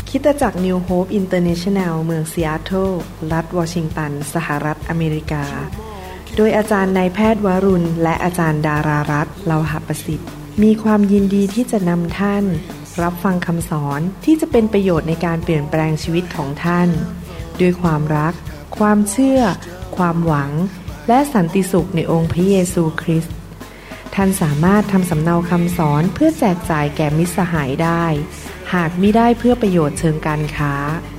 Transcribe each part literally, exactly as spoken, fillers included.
คริสตจักร New Hope International เมืองซีแอตเทิลรัฐวอชิงตันสหรัฐอเมริกาโดยอาจารย์นายแพทย์วรุณและอาจารย์ดารารัตน์เลาหประสิทธิ์มีความยินดีที่จะนำท่านรับฟังคำสอนที่จะเป็นประโยชน์ในการเปลี่ยนแปลงชีวิตของท่านด้วยความรักความเชื่อความหวังและสันติสุขในองค์พระเยซูคริสต์ท่านสามารถทำสำเนาคำสอนเพื่อแจกจ่ายแก่มิตรสหายได้หากมิได้เพื่อประโยชน์เชิงการค้า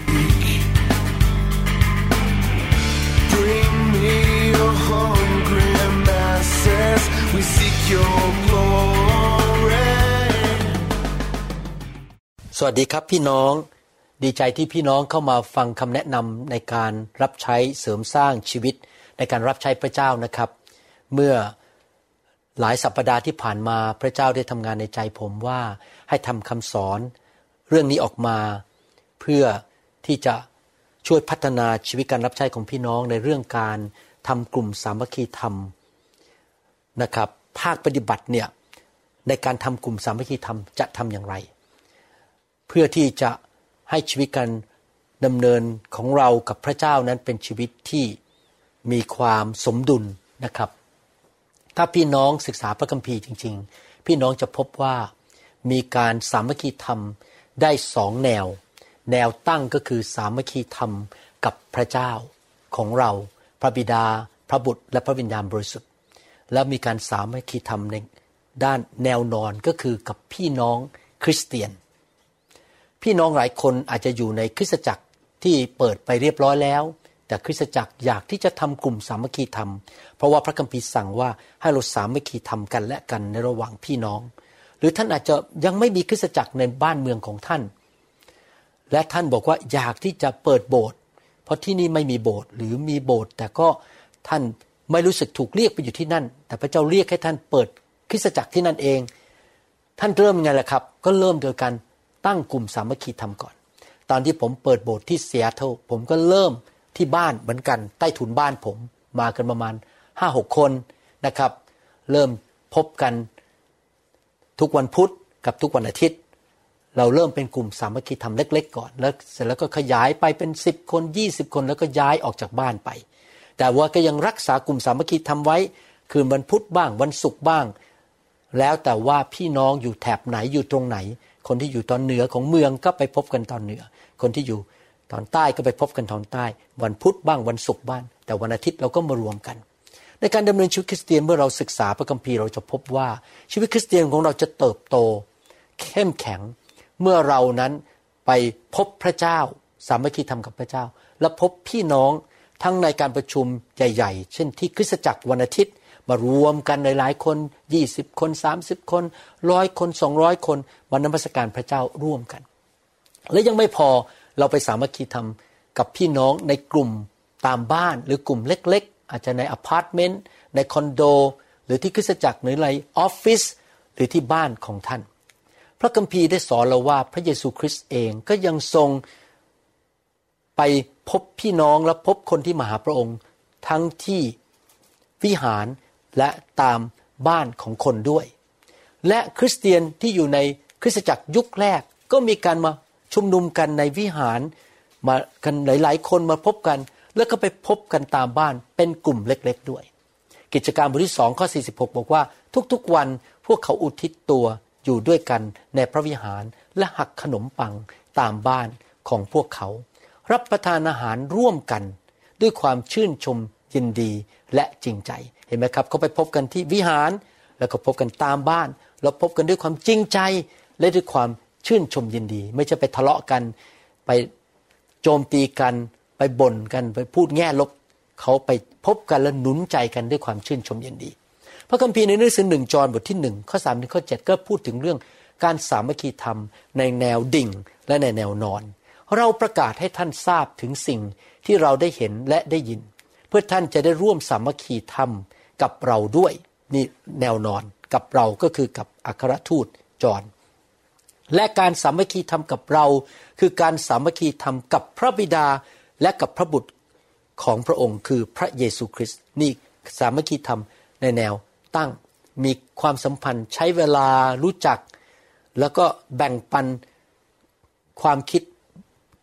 สวัสดีครับพี่น้องดีใจที่พี่น้องเข้ามาฟังคำแนะนำในการรับใช้เสริมสร้างชีวิตในการรับใช้พระเจ้านะครับเมื่อหลายสัปดาห์ที่ผ่านมาพระเจ้าได้ทำงานในใจผมว่าให้ทำคำสอนเรื่องนี้ออกมาเพื่อที่จะช่วยพัฒนาชีวิตการรับใช้ของพี่น้องในเรื่องการทำกลุ่มสามัคคีธรรมนะครับภาคปฏิบัติเนี่ยในการทำกลุ่มสามัคคีธรรมจะทำอย่างไรเพื่อที่จะให้ชีวิตการดำเนินของเรากับพระเจ้านั้นเป็นชีวิตที่มีความสมดุลนะครับถ้าพี่น้องศึกษาพระคัมภีร์จริงๆพี่น้องจะพบว่ามีการสามัคคีธรรมได้สองแนวแนวตั้งก็คือสามัคคีธรรมกับพระเจ้าของเราพระบิดาพระบุตรและพระวิญญาณบริสุทธิ์แล้วมีการสามัคคีธรรมในด้านแนวนอนก็คือกับพี่น้องคริสเตียนพี่น้องหลายคนอาจจะอยู่ในคริสตจักรที่เปิดไปเรียบร้อยแล้วแต่คริสตจักรอยากที่จะทำกลุ่มสามัคคีธรรมเพราะว่าพระคัมภีร์สั่งว่าให้เราสามัคคีธรรมกันและกันในระหว่างพี่น้องหรือท่านอาจจะยังไม่มีคริสตจักรในบ้านเมืองของท่านและท่านบอกว่าอยากที่จะเปิดโบสถ์เพราะที่นี่ไม่มีโบสถ์หรือมีโบสถ์แต่ก็ท่านไม่รู้สึกถูกเรียกไปอยู่ที่นั่นแต่พระเจ้าเรียกให้ท่านเปิดคริสตจักรที่นั่นเองท่านเริ่มยังไงล่ะครับก็เริ่มโดยการตั้งกลุ่มสามัคคีธรรมก่อนตอนที่ผมเปิดโบสถ์ที่ซีแอตเทิลผมก็เริ่มที่บ้านเหมือนกันใต้ถุนบ้านผมมากันประมาณ ห้าหก คนนะครับเริ่มพบกันทุกวันพุธกับทุกวันอาทิตย์เราเริ่มเป็นกลุ่มสามัคคีธรรมเล็กๆก่อนแล้วเสร็จแล้วก็ขยายไปเป็นสิบคนยี่สิบคนแล้วก็ย้ายออกจากบ้านไปแต่ว่าก็ยังรักษากลุ่มสามัคคีธรรมไว้คืนวันพุธบ้างวันศุกร์บ้างแล้วแต่ว่าพี่น้องอยู่แถบไหนอยู่ตรงไหนคนที่อยู่ตอนเหนือของเมืองก็ไปพบกันตอนเหนือคนที่อยู่ตอนใต้ก็ไปพบกันตอนใต้วันพุธบ้างวันศุกร์บ้างแต่วันอาทิตย์เราก็มารวมกันในการดำเนินชีวิตคริสเตียนเมื่อเราศึกษาพระคัมภีร์เราจะพบว่าชีวิตคริสเตียนของเราจะเติบโตเข้มแข็งเมื่อเรานั้นไปพบพระเจ้าสามัคคีธรรมกับพระเจ้าและพบพี่น้องทั้งในการประชุมใหญ่ๆเช่นที่คริสตจักรวันอาทิตย์มารวมกันหลายๆคนยี่สิบคนสามสิบคนหนึ่งร้อยคนสองร้อยคนมานมัสการพระเจ้าร่วมกันและยังไม่พอเราไปสามัคคีธรรมกับพี่น้องในกลุ่มตามบ้านหรือกลุ่มเล็กๆอาจจะในอพาร์ตเมนต์ในคอนโดหรือที่คริสตจักรหรือในออฟฟิศหรือที่บ้านของท่านพระคัมภีร์ได้สอนเราว่าพระเยซูคริสต์เองก็ยังทรงไปพบพี่น้องและพบคนที่มาหาพระองค์ทั้งที่วิหารและตามบ้านของคนด้วยและคริสเตียนที่อยู่ในคริสตจักรยุคแรกก็มีการมาชุมนุมกันในวิหารมากันหลายๆคนมาพบกันแล้วก็ไปพบกันตามบ้านเป็นกลุ่มเล็กๆด้วยกิจการบทที่สองข้อสี่สิบหกบอกว่าทุกๆวันพวกเขาอุทิศตัวอยู่ด้วยกันในพระวิหารและหักขนมปังตามบ้านของพวกเขารับประทานอาหารร่วมกันด้วยความชื่นชมยินดีและจริงใจเห็นไหมครับเขาไปพบกันที่วิหารแล้วก็พบกันตามบ้านแล้วพบกันด้วยความจริงใจและด้วยความชื่นชมยินดีไม่ใช่ไปทะเลาะกันไปโจมตีกันไปบ่นกันไปพูดแง่ลบเขาไปพบกันและหนุนใจกันด้วยความชื่นชมยินดีพระคัมภีร์ในหนังสือหนึ่งจอห์นบทที่หนึ่งข้อสามถึงข้อเจ็ดก็พูดถึงเรื่องการสามัคคีธรรมในแนวดิ่งและในแนวนอนเราประกาศให้ท่านทราบถึงสิ่งที่เราได้เห็นและได้ยินเพื่อท่านจะได้ร่วมสามัคคีธรรมกับเราด้วยนี่แนวนอนกับเราก็คือกับอัครทูตจอห์นและการสามัคคีธรรมกับเราคือการสามัคคีธรรมกับพระบิดาและกับพระบุตรของพระองค์คือพระเยซูคริสต์นี่สามัคคีธรรมในแนวตั้งมีความสัมพันธ์ใช้เวลารู้จักแล้วก็แบ่งปันความคิด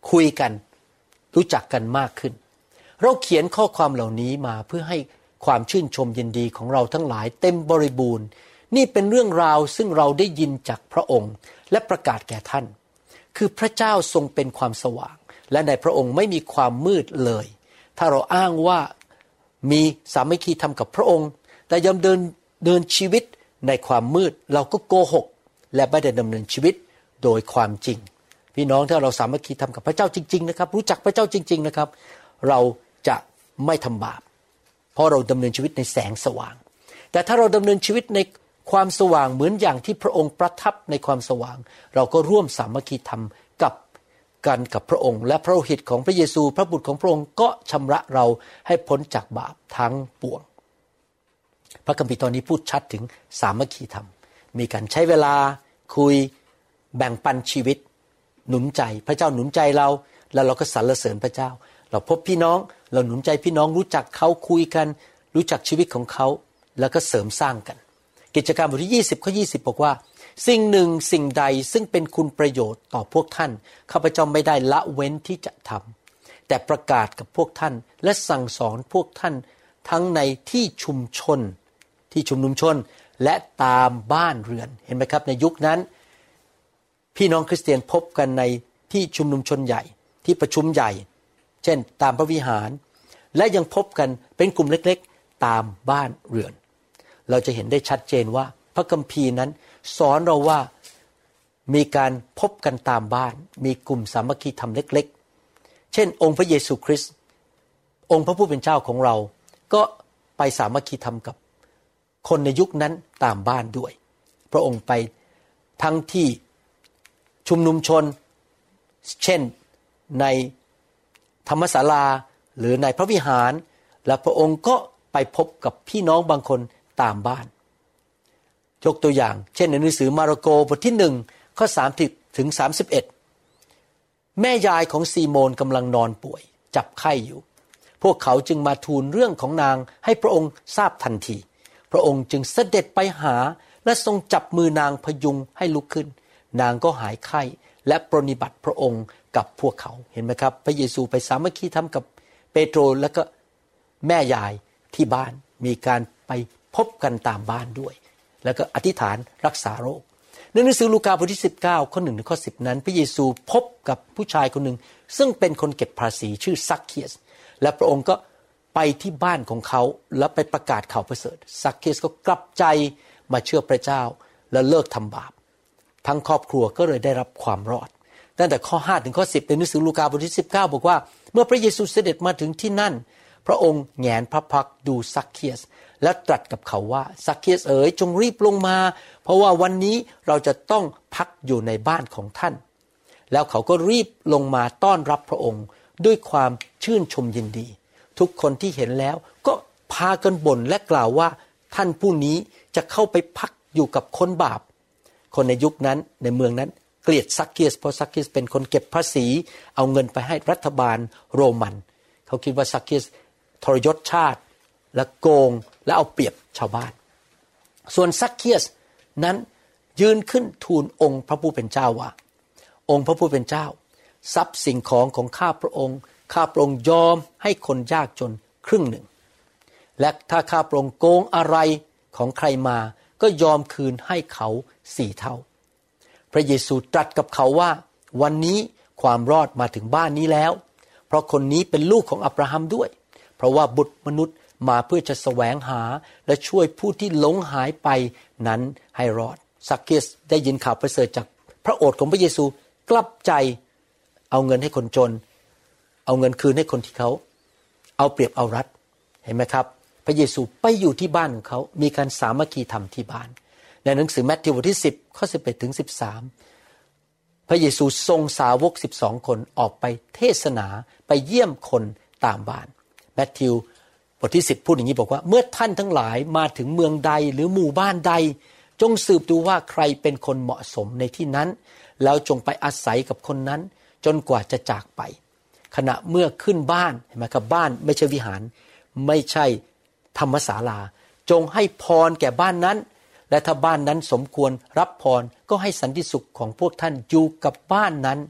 คุยกันรู้จักกันมากขึ้นเราเขียนข้อความเหล่านี้มาเพื่อให้ความชื่นชมยินดีของเราทั้งหลายเต็มบริบูรณ์นี่เป็นเรื่องราวซึ่งเราได้ยินจากพระองค์และประกาศแก่ท่านคือพระเจ้าทรงเป็นความสว่างและในพระองค์ไม่มีความมืดเลยถ้าเราอ้างว่ามีสามัคคีธรรมกับพระองค์แต่ยังเดินเดินชีวิตในความมืดเราก็โกหกและไม่ได้ดำเนินชีวิตโดยความจริงพี่น้องถ้าเราสามัคคีธรรมกับพระเจ้าจริงๆนะครับรู้จักพระเจ้าจริงๆนะครับเราจะไม่ทำบาปเพราะเราดำเนินชีวิตในแสงสว่างแต่ถ้าเราดำเนินชีวิตในความสว่างเหมือนอย่างที่พระองค์ประทับในความสว่างเราก็ร่วมสามัคคีธรรมกับกันกับพระองค์และพระโลหิตของพระเยซูพระบุตรของพระองค์ก็ชำระเราให้พ้นจากบาปทั้งปวงพระคัมภีร์ตอนนี้พูดชัดถึงสามัคคีธรรมมีการใช้เวลาคุยแบ่งปันชีวิตหนุนใจพระเจ้าหนุนใจเราแล้วเราก็สรรเสริญพระเจ้าเราพบพี่น้องเราหนุนใจพี่น้องรู้จักเขาคุยกันรู้จักชีวิตของเขาแล้วก็เสริมสร้างกันกิจการบทที่ยี่สิบข้อยี่สิบบอกว่าสิ่งหนึ่งสิ่งใดซึ่งเป็นคุณประโยชน์ต่อพวกท่านข้าพเจ้าไม่ได้ละเว้นที่จะทำแต่ประกาศกับพวกท่านและสั่งสอนพวกท่านทั้งในที่ชุมชนที่ชุมนุมชนและตามบ้านเรือนเห็นไหมครับในยุคนั้นพี่น้องคริสเตียนพบกันในที่ชุมนุมชนใหญ่ที่ประชุมใหญ่เช่นตามพระวิหารและยังพบกันเป็นกลุ่มเล็กๆตามบ้านเรือนเราจะเห็นได้ชัดเจนว่าพระคัมภีร์นั้นสอนเราว่ามีการพบกันตามบ้านมีกลุ่มสามัคคีธรรมเล็กๆเช่นองค์พระเยซูคริสต์องค์พระผู้เป็นเจ้าของเราก็ไปสามัคคีธรรมกับคนในยุคนั้นตามบ้านด้วยพระองค์ไปทั้งที่ชุมนุมชนเช่นในธรรมศาลาหรือในพระวิหารและพระองค์ก็ไปพบกับพี่น้องบางคนตามบ้านยกตัวอย่างเช่นในหนังสือมาระโกบทที่หนึ่งข้อสามสิบถึงสามสิบเอ็ดแม่ยายของซีโมนกำลังนอนป่วยจับไข้อยู่พวกเขาจึงมาทูลเรื่องของนางให้พระองค์ทราบทันทีพระองค์จึงเสด็จไปหาและทรงจับมือนางพยุงให้ลุกขึ้นนางก็หายไข้และปรนนิบัติพระองค์กับพวกเขาเห็นไหมครับพระเยซูไปสามัคคีธรรมกับเปโตรและก็แม่ยายที่บ้านมีการไปพบกันตามบ้านด้วยแล้วก็อธิษฐานรักษาโรคในหนังสือลูกาบทที่สิบเก้าข้อหนึ่งถึงข้อสิบนั้นพระเยซูพบกับผู้ชายคนหนึ่งซึ่งเป็นคนเก็บภาษีชื่อซักเคียสและพระองค์ก็ไปที่บ้านของเขาแล้วไปประกาศข่าวประเสริฐซักเคียสก็กลับใจมาเชื่อพระเจ้าและเลิกทำบาปทั้งครอบครัวก็เลยได้รับความรอดตั้งแต่ข้อห้าถึงข้อสิบในหนังสือลูกาบทที่สิบเก้าบอกว่าเมื่อพระเยซูเสด็จมาถึงที่นั่นพระองค์แหงนพระพักตร์ดูซักเคียสและตรัสกับเขาว่าซักเคียสเอ๋ยจงรีบลงมาเพราะว่าวันนี้เราจะต้องพักอยู่ในบ้านของท่านแล้วเขาก็รีบลงมาต้อนรับพระองค์ด้วยความชื่นชมยินดีทุกคนที่เห็นแล้วก็พากันบ่นและกล่าวว่าท่านผู้นี้จะเข้าไปพักอยู่กับคนบาปคนในยุคนั้นในเมืองนั้นเกลียดซักเคียสเพราะซักเคียสเป็นคนเก็บภาษีเอาเงินไปให้รัฐบาลโรมันเขาคิดว่าซักเคียสทรยศชาติและโกงและเอาเปรียบชาวบ้านส่วนซักเคียสนั้นยืนขึ้นทูลองค์พระผู้เป็นเจ้าว่าองค์พระผู้เป็นเจ้าทรัพย์สิ่งของของข้าพระองค์ข้าพระองค์ยอมให้คนยากจนครึ่งหนึ่งและถ้าข้าพระองค์โกงอะไรของใครมาก็ยอมคืนให้เขาสี่เท่าพระเยซูตรัสกับเขาว่าวันนี้ความรอดมาถึงบ้านนี้แล้วเพราะคนนี้เป็นลูกของอับราฮัมด้วยเพราะว่าบุตรมนุษย์มาเพื่อจะแสวงหาและช่วยผู้ที่หลงหายไปนั้นให้รอดซักเคียสได้ยินข่าวประเสริฐจากพระโอษฐ์ของพระเยซูกลับใจเอาเงินให้คนจนเอาเงินคืนให้คนที่เขาเอาเปรียบเอารัดเห็นไหมครับพระเยซูไปอยู่ที่บ้านของเขามีการสามัคคีธรรมที่บ้านในหนังสือมัทธิวบทที่สิบข้อสิบเอ็ดถึงสิบสามพระเยซูทรงสาวกสิบสองคนออกไปเทศนาไปเยี่ยมคนตามบ้านมัทธิวบทที่สิบพูดอย่างนี้บอกว่าเมื่อท่านทั้งหลายมาถึงเมืองใดหรือหมู่บ้านใดจงสืบดูว่าใครเป็นคนเหมาะสมในที่นั้นแล้วจงไปอาศัยกับคนนั้นจนกว่าจะจากไปขณะเมื่อขึ้นบ้านเห็นไหมครับบ้านไม่ใช่วิหารไม่ใช่ธรรมศาลาจงให้พรแก่บ้านนั้นและถ้าบ้านนั้นสมควรรับพรก็ให้สันติสุขของพวกท่านอยู่กับบ้านนั้นแต่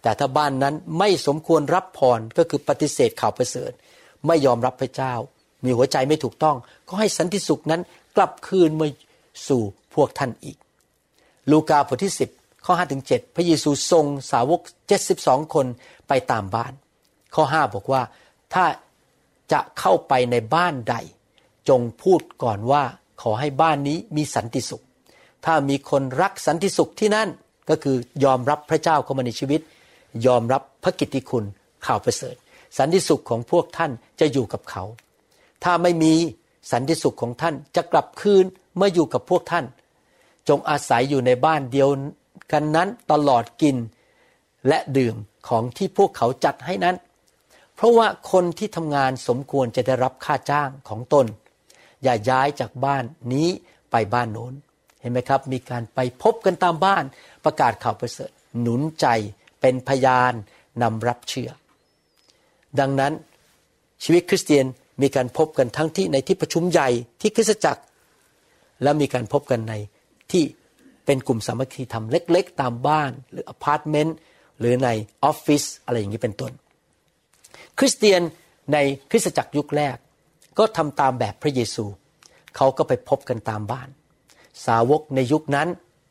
แต่ถ้าบ้านนั้นไม่สมควรรับพรก็คือปฏิเสธข่าวประเสริฐไม่ยอมรับพระเจ้ามีหัวใจไม่ถูกต้องก็ให้สันติสุขนั้นกลับคืนมาสู่พวกท่านอีกลูกาบทที่สิบข้อห้าถึงเจ็ดพระเยซูทรงสาวกเจ็ดสิบสองคนไปตามบ้านข้อห้าบอกว่าถ้าจะเข้าไปในบ้านใดจงพูดก่อนว่าขอให้บ้านนี้มีสันติสุขถ้ามีคนรักสันติสุขที่นั่นก็คือยอมรับพระเจ้าเข้ามาในชีวิตยอมรับพระกิตติคุณข่าวประเสริฐสันติสุขของพวกท่านจะอยู่กับเขาถ้าไม่มีสันติสุขของท่านจะกลับคืนเมื่ออยู่กับพวกท่านจงอาศัยอยู่ในบ้านเดียวกันนั้นตลอดกินและดื่มของที่พวกเขาจัดให้นั้นเพราะว่าคนที่ทำงานสมควรจะได้รับค่าจ้างของตนอย่าย้ายจากบ้านนี้ไปบ้านโน้นเห็นไหมครับมีการไปพบกันตามบ้านประกาศข่าวประเสริฐหนุนใจเป็นพยานนำรับเชื่อดังนั้นชีวิตคริสเตียนมีการพบกันทั้งที่ในที่ประชุมใหญ่ที่คริสตจักรและมีการพบกันในที่เป็นกลุ่มสามัคคีธรรมเล็กๆตามบ้านหรืออพาร์ตเมนต์หรือในออฟฟิศอะไรอย่างนี้เป็นต้นคริสเตียนในคริสตจักรยุคแรกก็ทำตามแบบพระเยซูเขาก็ไปพบกันตามบ้านสาวกในยุคนั้น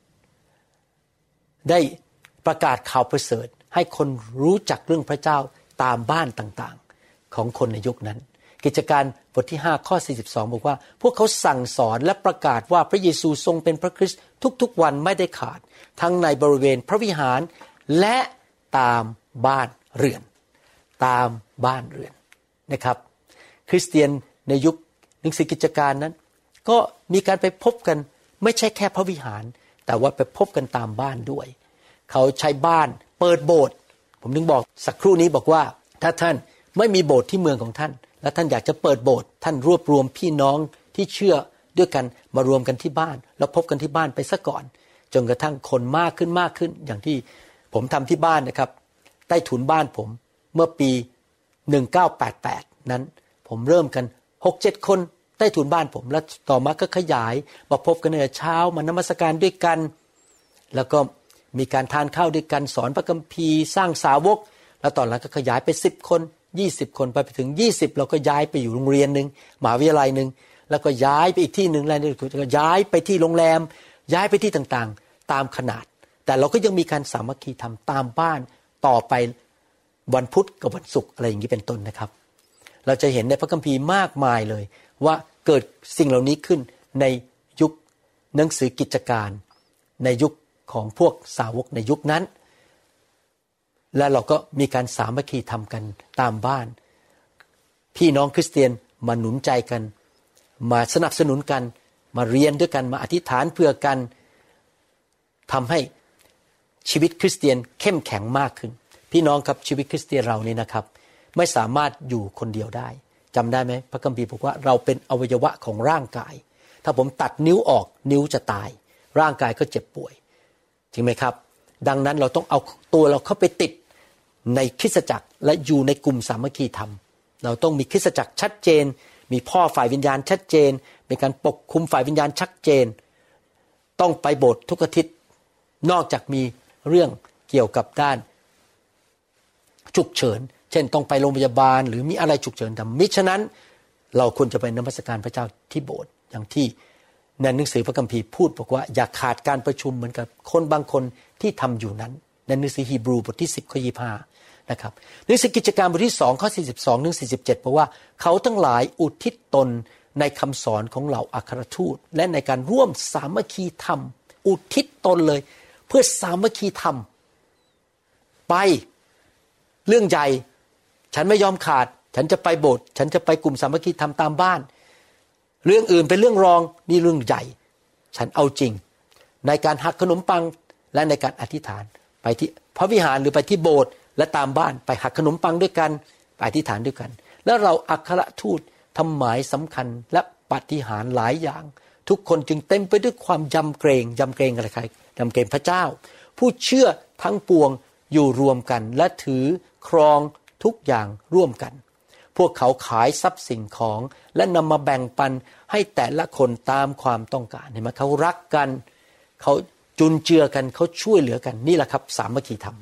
ได้ประกาศข่าวประเสริฐให้คนรู้จักเรื่องพระเจ้าตามบ้านต่างๆของคนในยุคนั้นกิจการบทที่ห้าข้อสี่สิบสองบอกว่าพวกเขาสั่งสอนและประกาศว่าพระเยซูทรงเป็นพระคริสต์ทุกๆวันไม่ได้ขาดทั้งในบริเวณพระวิหารและตามบ้านเรือนตามบ้านเรือนนะครับคริสเตียนในยุคหนังสือกิจการนั้นก็มีการไปพบกันไม่ใช่แค่พระวิหารแต่ว่าไปพบกันตามบ้านด้วยเขาใช้บ้านเปิดโบสถ์ผมถึงบอกสักครู่นี้บอกว่าถ้าท่านไม่มีโบสถ์ที่เมืองของท่านและท่านอยากจะเปิดโบสถ์ท่านรวบรวมพี่น้องที่เชื่อด้วยกันมารวมกันที่บ้านแล้วพบกันที่บ้านไปซะก่อนจนกระทั่งคนมากขึ้นมากขึ้นอย่างที่ผมทำที่บ้านนะครับใต้ถุนบ้านผมเมื่อปีหนึ่งเก้าแปดแปดนั้นผมเริ่มกัน หกเจ็ด คนใต้ถุนบ้านผมแล้วต่อมาก็ขยายมาพบกันในเช้ามานมัสการด้วยกันแล้วก็มีการทานข้าวด้วยกันสอนพระคัมภีร์สร้างสาวกแล้วตอนหลังก็ขยายไปสิบคนยี่สิบคนไปถึงยี่สิบเราก็ย้ายไปอยู่โรงเรียนนึงมหาวิทยาลัยนึงแล้วก็ย้ายไปอีกที่นึงแล้วก็ย้ายไปที่โรงแรมย้ายไปที่ต่างๆตามขนาดแต่เราก็ยังมีการสามัคคีทำตามบ้านต่อไปวันพุธกับวันศุกร์อะไรอย่างนี้เป็นต้นนะครับเราจะเห็นในพระคัมภีร์มากมายเลยว่าเกิดสิ่งเหล่านี้ขึ้นในยุคหนังสือกิจการในยุคของพวกสาวกในยุคนั้นและเราก็มีการสามัคคีทำกันตามบ้านพี่น้องคริสเตียนมาหนุนใจกันมาสนับสนุนกันมาเรียนด้วยกันมาอธิษฐานเพื่อกันทำให้ชีวิตคริสเตียนเข้มแข็งมากขึ้นพี่น้องครับชีวิตคริสเตียนเรานี่นะครับไม่สามารถอยู่คนเดียวได้จำได้ไหมพระคัมภีร์บอกว่าเราเป็นอวัยวะของร่างกายถ้าผมตัดนิ้วออกนิ้วจะตายร่างกายก็เจ็บป่วยจริงไหมครับดังนั้นเราต้องเอาตัวเราเข้าไปติดในคริสตจักรและอยู่ในกลุ่มสามัคคีธรรมเราต้องมีคริสตจักรชัดเจนมีพ่อฝ่ายวิญญาณชัดเจนมีการปกคุมฝ่ายวิญญาณชัดเจนต้องไปโบสถ์ทุกอาทิตย์นอกจากมีเรื่องเกี่ยวกับด้านฉุกเฉินเช่นต้องไปโรงพยาบาลหรือมีอะไรฉุกเฉินทำมิฉะนั้นเราควรจะไปนมัสการพระเจ้าที่โบสถ์อย่างที่ในหนังสือพระคัมภีร์พูดบอกว่าอย่าขาดการประชุมเหมือนกับคนบางคนที่ทำอยู่นั้นในหนังสือฮีบรูบทที่สิบข้อยี่สิบห้านะครับหนังสือกิจการบทที่สองข้อสี่สิบสองถึงสี่สิบเจ็ดบอกว่าเขาทั้งหลายอุทิศตนในคำสอนของเหล่าอัครทูตและในการร่วมสามัคคีธรรมอุทิศตนเลยเพื่อสามัคคีธรรมไปเรื่องใหญ่ฉันไม่ยอมขาดฉันจะไปโบสถ์ฉันจะไปกลุ่มสามัคคีธรรมตามบ้านเรื่องอื่นเป็นเรื่องรองนี่เรื่องใหญ่ฉันเอาจริงในการหักขนมปังและในการอธิษฐานไปที่พระวิหารหรือไปที่โบสถ์และตามบ้านไปหักขนมปังด้วยกันไปอธิษฐานด้วยกันแล้วเราอัครทูตทำหมายสำคัญและปาฏิหาริย์หลายอย่างทุกคนจึงเต็มไปด้วยความยำเกรงยำเกรงอะไรใครยำเกรงพระเจ้าผู้เชื่อทั้งปวงอยู่รวมกันและถือครองทุกอย่างร่วมกันพวกเขาขายทรัพย์สิ่งของและนำมาแบ่งปันให้แต่ละคนตามความต้องการเห็นไหมเขารักกันเขาจุนเจือกันเขาช่วยเหลือกันนี่แหละครับสามัคคีธรรม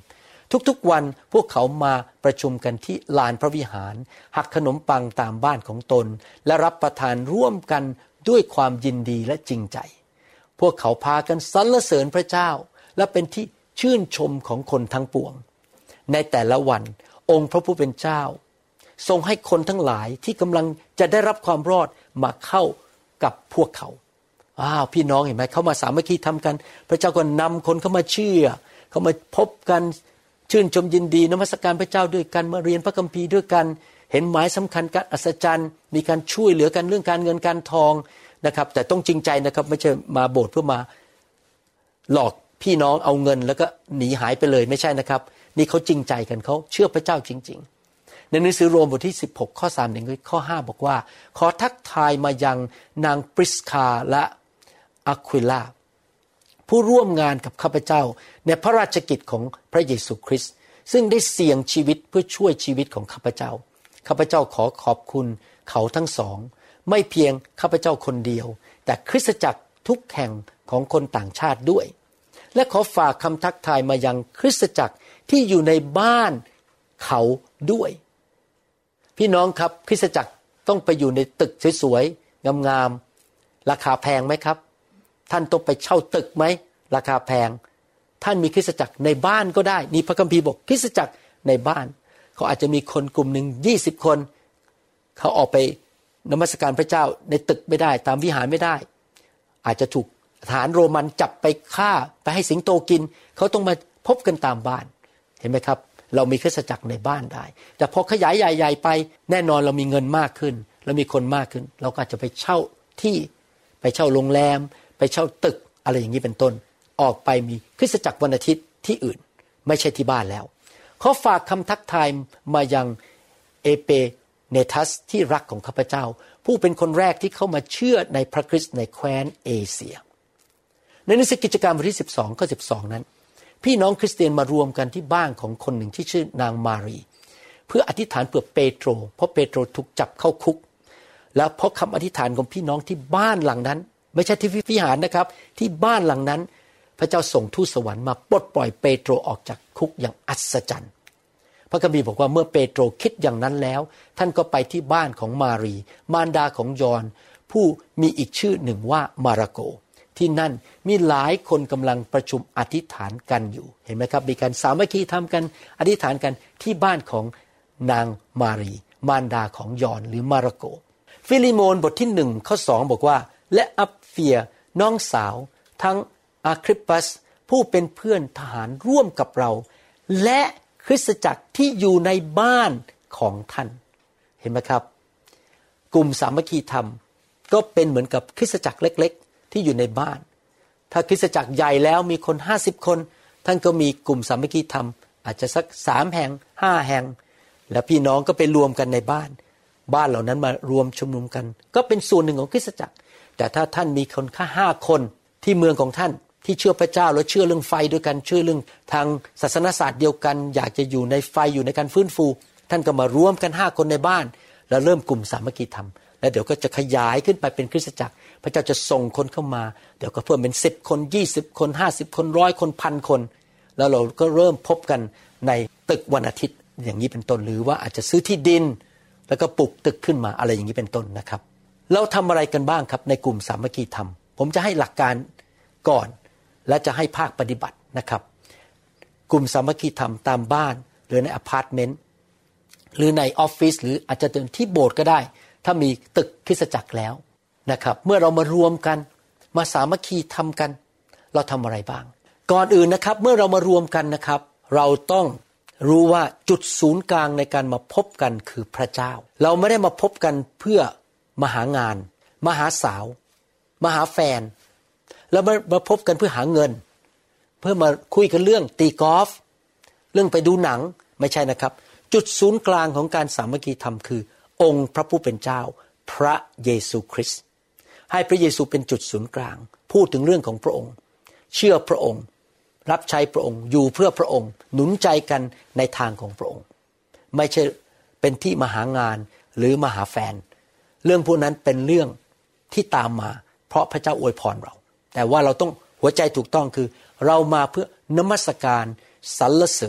ทุกๆวันพวกเขามาประชุมกันที่ลานพระวิหารหักขนมปังตามบ้านของตนและรับประทานร่วมกันด้วยความยินดีและจริงใจพวกเขาพากันสรรเสริญพระเจ้าและเป็นที่ชื่นชมของคนทั้งปวงในแต่ละวันองค์พระผู้เป็นเจ้าทรงให้คนทั้งหลายที่กำลังจะได้รับความรอดมาเข้ากับพวกเขาอ้าวพี่น้องเห็นไหมเขามาสามัคคีทำกันพระเจ้าก็นำคนเข้ามาเชื่อเขามาพบกันชื่นชมยินดีนมัสการพระเจ้าด้วยกันมาเรียนพระคัมภีร์ด้วยกันเห็นหมายสำคัญการอัศจรรย์มีการช่วยเหลือกันเรื่องการเงินการทองนะครับแต่ต้องจริงใจนะครับไม่ใช่มาโบสถ์เพื่อมาหลอกพี่น้องเอาเงินแล้วก็หนีหายไปเลยไม่ใช่นะครับนี่เขาจริงใจกันเขาเชื่อพระเจ้าจริงๆในหนังสือโรมบทที่สิบหกข้อสามถึงข้อห้าบอกว่าขอทักทายมายังนางปริสคาและอะควิลาผู้ร่วมงานกับข้าพเจ้าในพระราชกิจของพระเยซูคริสต์ซึ่งได้เสี่ยงชีวิตเพื่อช่วยชีวิตของข้าพเจ้าข้าพเจ้าขอขอบคุณเขาทั้งสองไม่เพียงข้าพเจ้าคนเดียวแต่คริสตจักรทุกแห่งของคนต่างชาติด้วยและขอฝากคำทักทายมายังคริสตจักรที่อยู่ในบ้านเขาด้วยพี่น้องครับคริสตจักรต้องไปอยู่ในตึกสวยๆงามๆราคาแพงไหมครับท่านต้องไปเช่าตึกไหมราคาแพงท่านมีคริสตจักรในบ้านก็ได้นี่พระคัมภีร์บอกคริสตจักรในบ้านเขาอาจจะมีคนกลุ่มหนึ่งยี่สิบคนเขาออกไปนมัสการพระเจ้าในตึกไม่ได้ตามวิหารไม่ได้อาจจะถูกทหารโรมันจับไปฆ่าไปให้สิงโตกินเขาต้องมาพบกันตามบ้านเห็นไหมครับเรามีคริสตจักรในบ้านได้แต่พอขยายใหญ่ๆไปแน่นอนเรามีเงินมากขึ้นเรามีคนมากขึ้นเราก็อาจจะไปเช่าที่ไปเช่าโรงแรมไปเช่าตึกอะไรอย่างนี้เป็นต้นออกไปมีคริสตจักรวันอาทิตย์ที่อื่นไม่ใช่ที่บ้านแล้วขอฝากคำทักทายมายังเอเปเนทัสที่รักของข้าพเจ้าผู้เป็นคนแรกที่เข้ามาเชื่อในพระคริสต์ในแคว้นเอเชียในหนังสือกิจการบทที่สิบสองข้อสิบสองนั้นพี่น้องคริสเตียนมารวมกันที่บ้านของคนหนึ่งที่ชื่อนางมารีเพื่ออธิษฐานเพื่อเปโตรเพราะเปโตรถูกจับเข้าคุกแล้วเพราะคำอธิษฐานของพี่น้องที่บ้านหลังนั้นไม่ใช่ที่วิหารนะครับที่บ้านหลังนั้นพระเจ้าส่งทูตสวรรค์มาปลดปล่อยเปโตรออกจากคุกอย่างอัศจรรย์พระคัมภีร์บอกว่าเมื่อเปโตรคิดอย่างนั้นแล้วท่านก็ไปที่บ้านของมารีมารดาของยอห์นผู้มีอีกชื่อหนึ่งว่ามาระโกที่นั่นมีหลายคนกำลังประชุมอธิษฐานกันอยู่เห็นไหมครับมีการสามัคคีทำกันอธิษฐานกันที่บ้านของนางมารีมารดาของยอห์นหรือมาระโกฟิลิโมนบทที่หนึ่งข้อสองบอกว่าและอัปเฟียน้องสาวทั้งอาคริปปัสผู้เป็นเพื่อนทหารร่วมกับเราและคริสตจักรที่อยู่ในบ้านของท่านเห็นไหมครับกลุ่มสามัคคีธรรมก็เป็นเหมือนกับคริสตจักรเล็กๆที่อยู่ในบ้านถ้าคริสตจักรใหญ่แล้วมีคนห้าสิบคนท่านก็มีกลุ่มสามัคคีธรรมอาจจะสักสามแห่งห้าแห่งแล้วพี่น้องก็ไปรวมกันในบ้านบ้านเหล่านั้นมารวมชุมนุมกันก็เป็นส่วนหนึ่งของคริสตจักรแต่ถ้าท่านมีคนแค่ห้าคนที่เมืองของท่านที่เชื่อพระเจ้าและเชื่อเรื่องไฟด้วยกันเชื่อเรื่องทางศาสนศาสตร์เดียวกันอยากจะอยู่ในไฟอยู่ในการฟื้นฟูท่านก็มารวมกันห้าคนในบ้านแล้วเริ่มกลุ่มสามัคคีธรรมแล้วเดี๋ยวก็จะขยายขึ้นไปเป็นคริสตจักรพระเจ้าจะส่งคนเข้ามาเดี๋ยวก็เพิ่มเป็นสิบคนยี่สิบคนห้าสิบคนร้อยคนพันคนแล้วเราก็เริ่มพบกันในตึกวันอาทิตย์อย่างนี้เป็นต้นหรือว่าอาจจะซื้อที่ดินแล้วก็ปลูกตึกขึ้นมาอะไรอย่างนี้เป็นต้นนะครับเราทำอะไรกันบ้างครับในกลุ่มสามัคคีธรรมผมจะให้หลักการก่อนและจะให้ภาคปฏิบัตินะครับกลุ่มสามัคคีธรรมตามบ้านหรือในอพาร์ตเมนต์หรือในออฟฟิศหรืออาจจะเป็นที่โบสถ์ก็ได้ถ้ามีตึกคริสตจักรแล้วนะครับเมื่อเรามารวมกันมาสามัคคีทำกันเราทำอะไรบ้างก่อนอื่นนะครับเมื่อเรามารวมกันนะครับเราต้องรู้ว่าจุดศูนย์กลางในการมาพบกันคือพระเจ้าเราไม่ได้มาพบกันเพื่อมาหางานมาหาสาวมาหาแฟนแล้วมามาพบกันเพื่อหาเงินเพื่อมาคุยกันเรื่องตีกอล์ฟเรื่องไปดูหนังไม่ใช่นะครับจุดศูนย์กลางของการสามัคคีธรรมคือองค์พระผู้เป็นเจ้าพระเยซูคริสต์ให้พระเยซูเป็นจุดศูนย์กลางพูดถึงเรื่องของพระองค์เชื่อพระองค์รับใช้พระองค์อยู่เพื่อพระองค์หนุนใจกันในทางของพระองค์ไม่ใช่เป็นที่มาหางานหรือมาหาแฟนเรื่องพวกนั้นเป็นเรื่องที่ตามมาเพราะพระเจ้าอวยพรเราแต่ว่าเราต้องหัวใจถูกต้องคือเรามาเพื่อนมัสการสรรเสริญ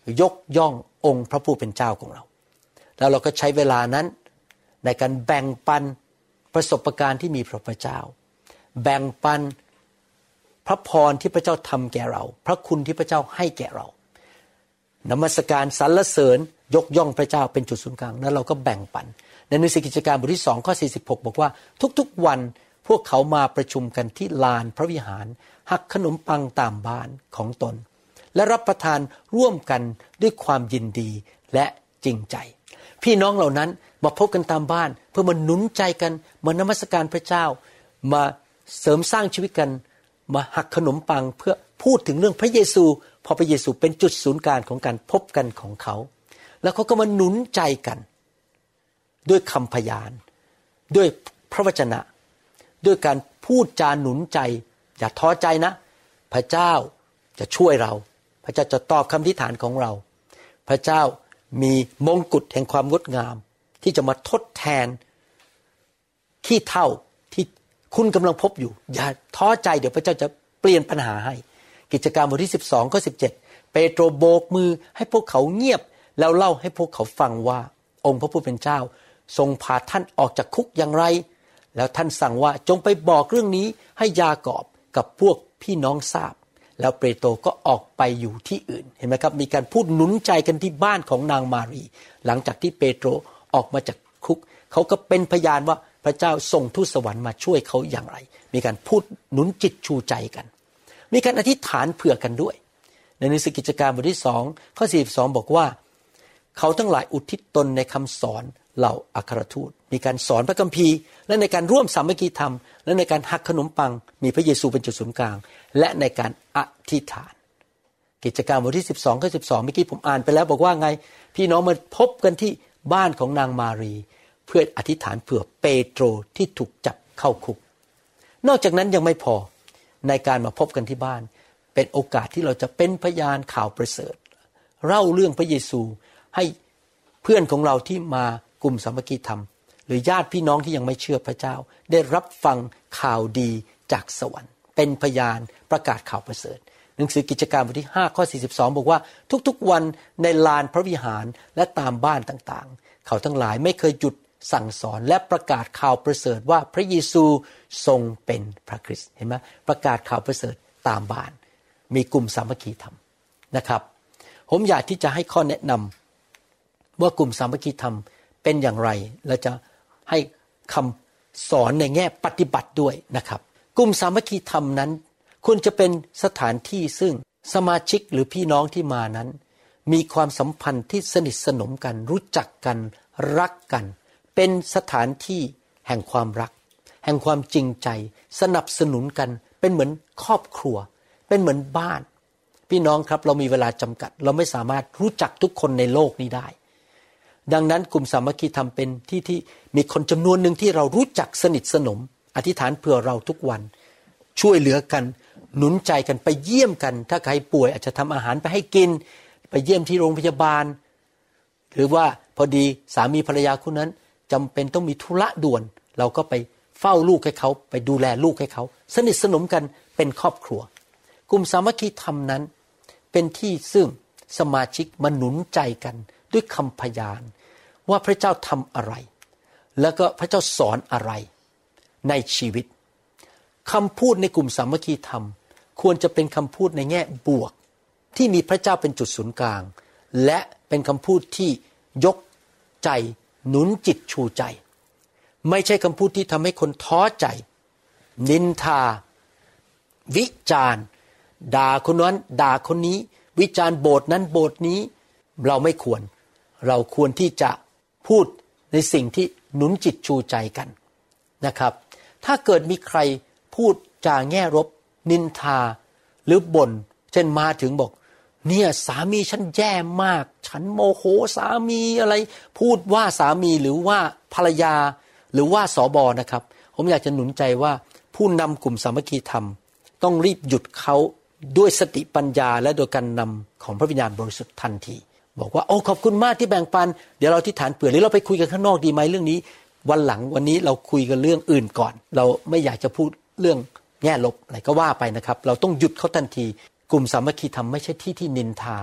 ยกย่ององค์พระผู้เป็นเจ้าของเราแล้วเราก็ใช้เวลานั้นในการแบ่งปันประสบการณ์ที่มีพระพเจ้าแบ่งปันพระพรที่พระเจ้าทำแก่เราพระคุณที่พระเจ้าให้แก่เรานมัสการสรรเสริญยกย่องพระเจ้าเป็นจุดศูนย์กลางแล้วเราก็แบ่งปันในหนังสือกิจการบทที่สองข้อสี่สิบหกบอกว่าทุกๆวันพวกเขามาประชุมกันที่ลานพระวิหารหักขนมปังตามบ้านของตนและรับประทานร่วมกันด้วยความยินดีและจริงใจพี่น้องเหล่านั้นมาพบกันตามบ้านเพื่อมาหนุนใจกันมานมัสการพระเจ้ามาเสริมสร้างชีวิตกันมาหักขนมปังเพื่อพูดถึงเรื่องพระเยซูพอพระเยซูเป็นจุดศูนย์กลางของการพบกันของเขาแล้วเขาก็มาหนุนใจกันด้วยคำพยานด้วยพระวจนะด้วยการพูดจาหนุนใจอย่าท้อใจนะพระเจ้าจะช่วยเราพระเจ้าจะตอบคำอธิษฐานของเราพระเจ้ามีมงกุฎแห่งความงดงามที่จะมาทดแทนขี้เถ้าที่คุณกำลังพบอยู่อย่าท้อใจเดี๋ยวพระเจ้าจะเปลี่ยนปัญหาให้กิจการบทที่สิบสองข้อสิบเจ็ดเปโตรโบกมือให้พวกเขาเงียบแล้วเล่าให้พวกเขาฟังว่าองค์พระผู้เป็นเจ้าทรงพาท่านออกจากคุกอย่างไรแล้วท่านสั่งว่าจงไปบอกเรื่องนี้ให้ยากอบกับพวกพี่น้องทราบแล้วเปโตรก็ออกไปอยู่ที่อื่นเห็นไหมครับมีการพูดหนุนใจกันที่บ้านของนางมารีหลังจากที่เปโตรออกมาจากคุกเขาก็เป็นพยานว่าพระเจ้าส่งทูตสวรรค์มาช่วยเขาอย่างไรมีการพูดหนุนจิตชูใจกันมีการอธิษฐานเผื่อกันด้วยในหนังสือกิจการบทที่สองข้อสี่สิบสองบอกว่าเขาทั้งหลายอุทิศตนในคำสอนเหล่าอัครทูตมีการสอนพระคัมภีร์และในการร่วมสามัคคีธรรมและในการหักขนมปังมีพระเยซูเป็นจุดศูนย์กลางและในการอธิษฐานกิจการบทที่สิบสองข้อสิบสองเมื่อกี้ผมอ่านไปแล้วบอกว่าไงพี่น้องมาพบกันที่บ้านของนางมารีเพื่ออธิษฐานเผื่อเปโตรที่ถูกจับเข้าคุกนอกจากนั้นยังไม่พอในการมาพบกันที่บ้านเป็นโอกาสที่เราจะเป็นพยานข่าวประเสริฐเล่าเรื่องพระเยซูให้เพื่อนของเราที่มากลุ่มสามัคคีธรรมหรือญาติพี่น้องที่ยังไม่เชื่อพระเจ้าได้รับฟังข่าวดีจากสวรรค์เป็นพยานประกาศข่าวประเสริฐหนังสือกิจการบทที่ห้าข้อสี่สิบสองบอกว่าทุกๆวันในลานพระวิหารและตามบ้านต่างๆเขาทั้งหลายไม่เคยหยุดสั่งสอนและประกาศข่าวประเสริฐว่าพระเยซูทรงเป็นพระคริสต์เห็นไหมประกาศข่าวประเสริฐตามบ้านมีกลุ่มสามัคคีธรรมนะครับผมอยากที่จะให้ข้อแนะนำว่ากลุ่มสามัคคีธรรมเป็นอย่างไรและจะให้คำสอนในแง่ปฏิบัติด้วยนะครับกลุ่มสามัคคีธรรมนั้นควรจะเป็นสถานที่ซึ่งสมาชิกหรือพี่น้องที่มานั้นมีความสัมพันธ์ที่สนิทสนมกันรู้จักกันรักกันเป็นสถานที่แห่งความรักแห่งความจริงใจสนับสนุนกันเป็นเหมือนครอบครัวเป็นเหมือนบ้านพี่น้องครับเรามีเวลาจำกัดเราไม่สามารถรู้จักทุกคนในโลกนี้ได้ดังนั้นกลุ่มสามัคคีธรรมเป็นที่ที่มีคนจำนวนหนึ่งที่เรารู้จักสนิทสนมอธิษฐานเผื่อเราทุกวันช่วยเหลือกันหนุนใจกันไปเยี่ยมกันถ้าใครป่วยอาจจะทำอาหารไปให้กินไปเยี่ยมที่โรงพยาบาลหรือว่าพอดีสามีภรรยาคู่นั้นจำเป็นต้องมีธุระด่วนเราก็ไปเฝ้าลูกให้เขาไปดูแลลูกให้เขาสนิทสนมกันเป็นครอบครัวกลุ่มสามัคคีธรรมนั้นเป็นที่ซึ่งสมาชิกมาหนุนใจกันด้วยคำพยานว่าพระเจ้าทำอะไรแล้วก็พระเจ้าสอนอะไรในชีวิตคำพูดในกลุ่มสามัคคีธรรมควรจะเป็นคำพูดในแง่บวกที่มีพระเจ้าเป็นจุดศูนย์กลางและเป็นคำพูดที่ยกใจหนุนจิตชูใจไม่ใช่คำพูดที่ทำให้คนท้อใจนินทาวิจารณ์ด่าคนนั้นด่าคนนี้วิจารณ์โบสถ์นั้นโบสถ์นี้เราไม่ควรเราควรที่จะพูดในสิ่งที่หนุนจิตชูใจกันนะครับถ้าเกิดมีใครพูดจาแง่ลบนินทาหรือบ่นเช่นมาถึงบอกเนี่ยสามีฉันแย่มากฉันโมโหสามีอะไรพูดว่าสามีหรือว่าภรรยาหรือว่าสบนะครับผมอยากจะหนุนใจว่าผู้นำกลุ่มสามัคคีธรรมต้องรีบหยุดเขาด้วยสติปัญญาและโดยการนำของพระวิญญาณบริสุทธิ์ทันทีบอกว่าโอ้ขอบคุณมากที่แบ่งปันเดี๋ยวเราที่ฐานเผื่อหรือเราไปคุยกันข้างนอกดีไหมเรื่องนี้วันหลังวันนี้เราคุยกันเรื่องอื่นก่อนเราไม่อยากจะพูดเรื่องแง่ลบอะไรก็ว่าไปนะครับเราต้องหยุดเขาทันทีกลุ่มสามัคคีธรรมไม่ใช่ที่ที่นินทา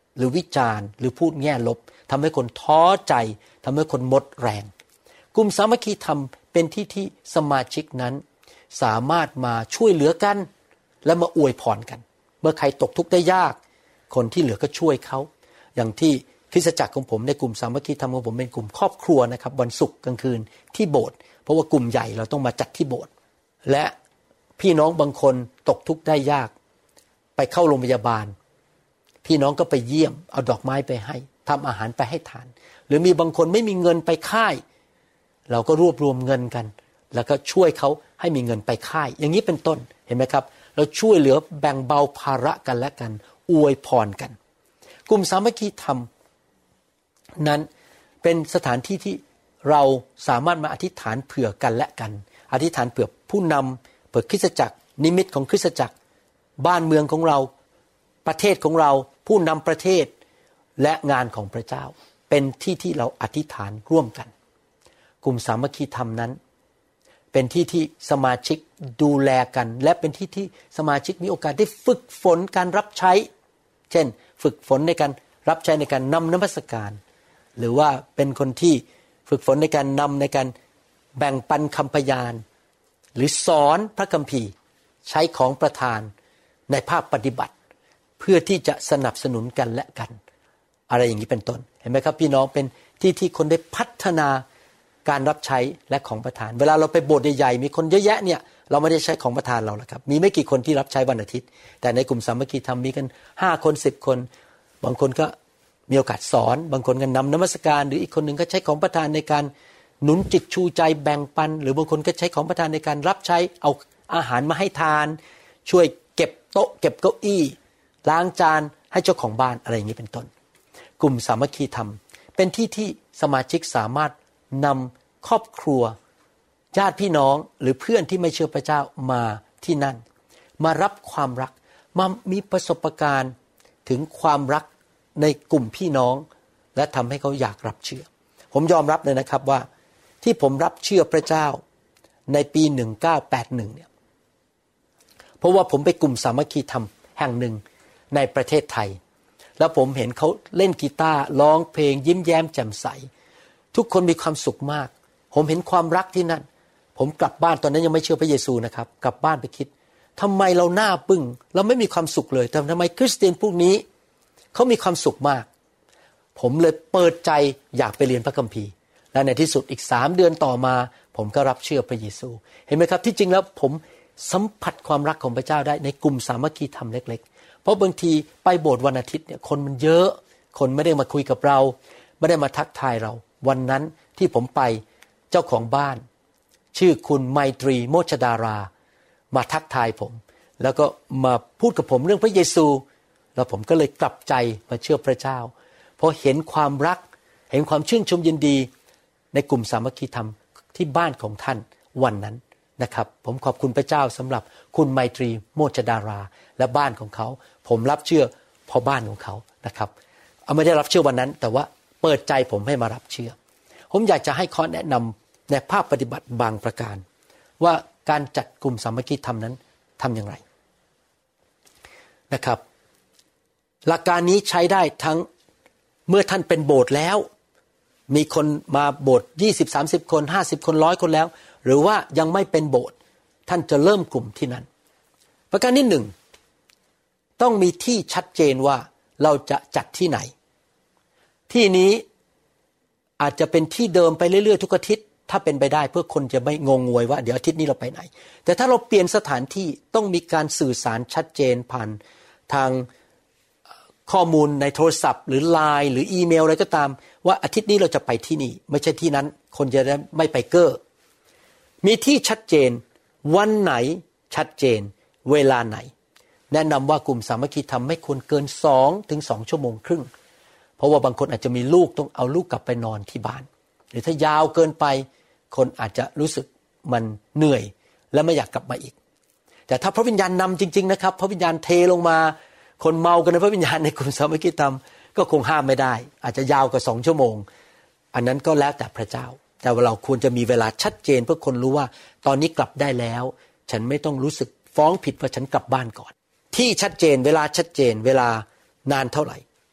หรือวิจารณ์หรือพูดแง่ลบทำให้คนท้อใจทำให้คนหมดแรงกลุ่มสามัคคีธรรมเป็นที่ที่สมาชิกนั้นสามารถมาช่วยเหลือกันและมาอวยพรกันเมื่อใครตกทุกข์ได้ยากคนที่เหลือก็ช่วยเขาอย่างที่คริสตจักรของผมในกลุ่มสามัคคีธรรมของผมเป็นกลุ่มครอบครัวนะครับวันศุกร์กลางคืนที่โบสถ์เพราะว่ากลุ่มใหญ่เราต้องมาจัดที่โบสถ์และพี่น้องบางคนตกทุกข์ได้ยากไปเข้าโรงพยาบาลพี่น้องก็ไปเยี่ยมเอาดอกไม้ไปให้ทำอาหารไปให้ทานหรือมีบางคนไม่มีเงินไปค่ายเราก็รวบรวมเงินกันแล้วก็ช่วยเขาให้มีเงินไปค่ายอย่างนี้เป็นต้นเห็นไหมครับเราช่วยเหลือแบ่งเบาภาระกันและกันอวยพรกันกลุ่มสามัคคีธรรมนั้นเป็นสถานที่ที่เราสามารถมาอธิษฐานเผื่อกันและกันอธิษฐานเผื่อผู้นำเผื่อคริสตจักรนิมิตของคริสตจักรบ้านเมืองของเราประเทศของเราผู้นำประเทศและงานของพระเจ้าเป็นที่ที่เราอธิษฐานร่วมกันกลุ่มสามัคคีธรรมนั้นเป็นที่ที่สมาชิกดูแลกันและเป็นที่ที่สมาชิกมีโอกาสได้ฝึกฝนการรับใช้เช่นฝึกฝนในการรับใช้ในการนำนมัสการหรือว่าเป็นคนที่ฝึกฝนในการนำในการแบ่งปันคำพยานหรือสอนพระคัมภีร์ใช้ของประทานในภาคปฏิบัติเพื่อที่จะสนับสนุนกันและกันอะไรอย่างนี้เป็นต้นเห็นไหมครับพี่น้องเป็นที่ที่คนได้พัฒนาการรับใช้และของประทานเวลาเราไปโบสถ์ใหญ่ๆมีคนเยอะแยะเนี่ยเราไม่ได้ใช้ของประทานเราหรอกครับมีไม่กี่คนที่รับใช้วันอาทิตย์แต่ในกลุ่มสามัคคีธรรมมีกันห้าคนสิบคนบางคนก็มีโอกาสสอนบางคนก็นำนมัสการหรืออีกคนหนึ่งก็ใช้ของประทานในการหนุนจิตชูใจแบ่งปันหรือบางคนก็ใช้ของประทานในการรับใช้เอาอาหารมาให้ทานช่วยเก็บโต๊ะเก็บเก้าอี้ล้างจานให้เจ้าของบ้านอะไรอย่างนี้เป็นต้นกลุ่มสามัคคีธรรมเป็นที่ที่สมาชิกสามารถนำครอบครัวญาติพี่น้องหรือเพื่อนที่ไม่เชื่อพระเจ้ามาที่นั่นมารับความรักมามีประสบการณ์ถึงความรักในกลุ่มพี่น้องและทำให้เขาอยากรับเชื่อผมยอมรับเลยนะครับว่าที่ผมรับเชื่อพระเจ้าในปีหนึ่งเก้าแปดหนึ่งเนี่ยเพราะว่าผมไปกลุ่มสามัคคีธรรมแห่งหนึ่งในประเทศไทยแล้วผมเห็นเขาเล่นกีตาร์ร้องเพลงยิ้มแย้มแจ่มใสทุกคนมีความสุขมากผมเห็นความรักที่นั่นผมกลับบ้านตอนนั้นยังไม่เชื่อพระเยซูนะครับกลับบ้านไปคิดทำไมเราหน้าปึ้งเราไม่มีความสุขเลยแต่ทำไมคริสเตียนพวกนี้เขามีความสุขมากผมเลยเปิดใจอยากไปเรียนพระคัมภีร์และในที่สุดอีกสามเดือนต่อมาผมก็รับเชื่อพระเยซูเห็นไหมครับที่จริงแล้วผมสัมผัสความรักของพระเจ้าได้ในกลุ่มสามัคคีธรรมเล็กๆเพราะบางทีไปโบสถ์วันอาทิตย์เนี่ยคนมันเยอะคนไม่ได้มาคุยกับเราไม่ได้มาทักทายเราวันนั้นที่ผมไปเจ้าของบ้านชื่อคุณไมตรีโมชดารามาทักทายผมแล้วก็มาพูดกับผมเรื่องพระเยซูแล้วผมก็เลยกลับใจมาเชื่อพระเจ้าเพราะเห็นความรักเห็นความชื่นชมยินดีในกลุ่มสามัคคีธรรมที่บ้านของท่านวันนั้นนะครับผมขอบคุณพระเจ้าสำหรับคุณไมตรีโมชดาราและบ้านของเขาผมรับเชื่อพอบ้านของเขานะครับเอาไม่ได้รับเชื่อวันนั้นแต่ว่าเปิดใจผมให้มารับเชื่อผมอยากจะให้ข้อแนะนำในภาคปฏิบัติบางประการว่าการจัดกลุ่มสามัคคีธรรมนั้นทำอย่างไรนะครับหลักการนี้ใช้ได้ทั้งเมื่อท่านเป็นโบสถ์แล้วมีคนมาโบสถ์ยี่สิบ สามสิบคนห้าสิบคนร้อยคนแล้วหรือว่ายังไม่เป็นโบสถ์ท่านจะเริ่มกลุ่มที่นั้นประการที่หนึ่งต้องมีที่ชัดเจนว่าเราจะจัดที่ไหนที่นี้อาจจะเป็นที่เดิมไปเรื่อยๆทุกอาทิตย์ถ้าเป็นไปได้เพื่อคนจะไม่งงงวยว่าเดี๋ยวอาทิตย์นี้เราไปไหนแต่ถ้าเราเปลี่ยนสถานที่ต้องมีการสื่อสารชัดเจนผ่านทางข้อมูลในโทรศัพท์หรือไลน์หรืออีเมลอะไรก็ตามว่าอาทิตย์นี้เราจะไปที่นี่ไม่ใช่ที่นั้นคนจะได้ไม่ไปเก้อมีที่ชัดเจนวันไหนชัดเจนเวลาไหนแนะนำว่ากลุ่มสามัคคีธรรมไม่ควรเกินสองถึงสองชั่วโมงครึ่งเพราะว่าบางคนอาจจะมีลูกต้องเอาลูกกลับไปนอนที่บ้านหรือถ้ายาวเกินไปคนอาจจะรู้สึกมันเหนื่อยและไม่อยากกลับมาอีกแต่ถ้าพระวิญญาณนำจริงๆนะครับพระวิญญาณเทลงมาคนเมากันในพระวิญญาณในกลุ่มสามัคคีธรรมก็คงห้ามไม่ได้อาจจะยาวกว่าสองชั่วโมงอันนั้นก็แล้วแต่พระเจ้าแต่ว่าเราควรจะมีเวลาชัดเจนเพื่อคนรู้ว่าตอนนี้กลับได้แล้วฉันไม่ต้องรู้สึกฟ้องผิดว่าฉันกลับบ้านก่อนที่ชัดเจนเวลาชัดเจนเวลานานเท่าไหร่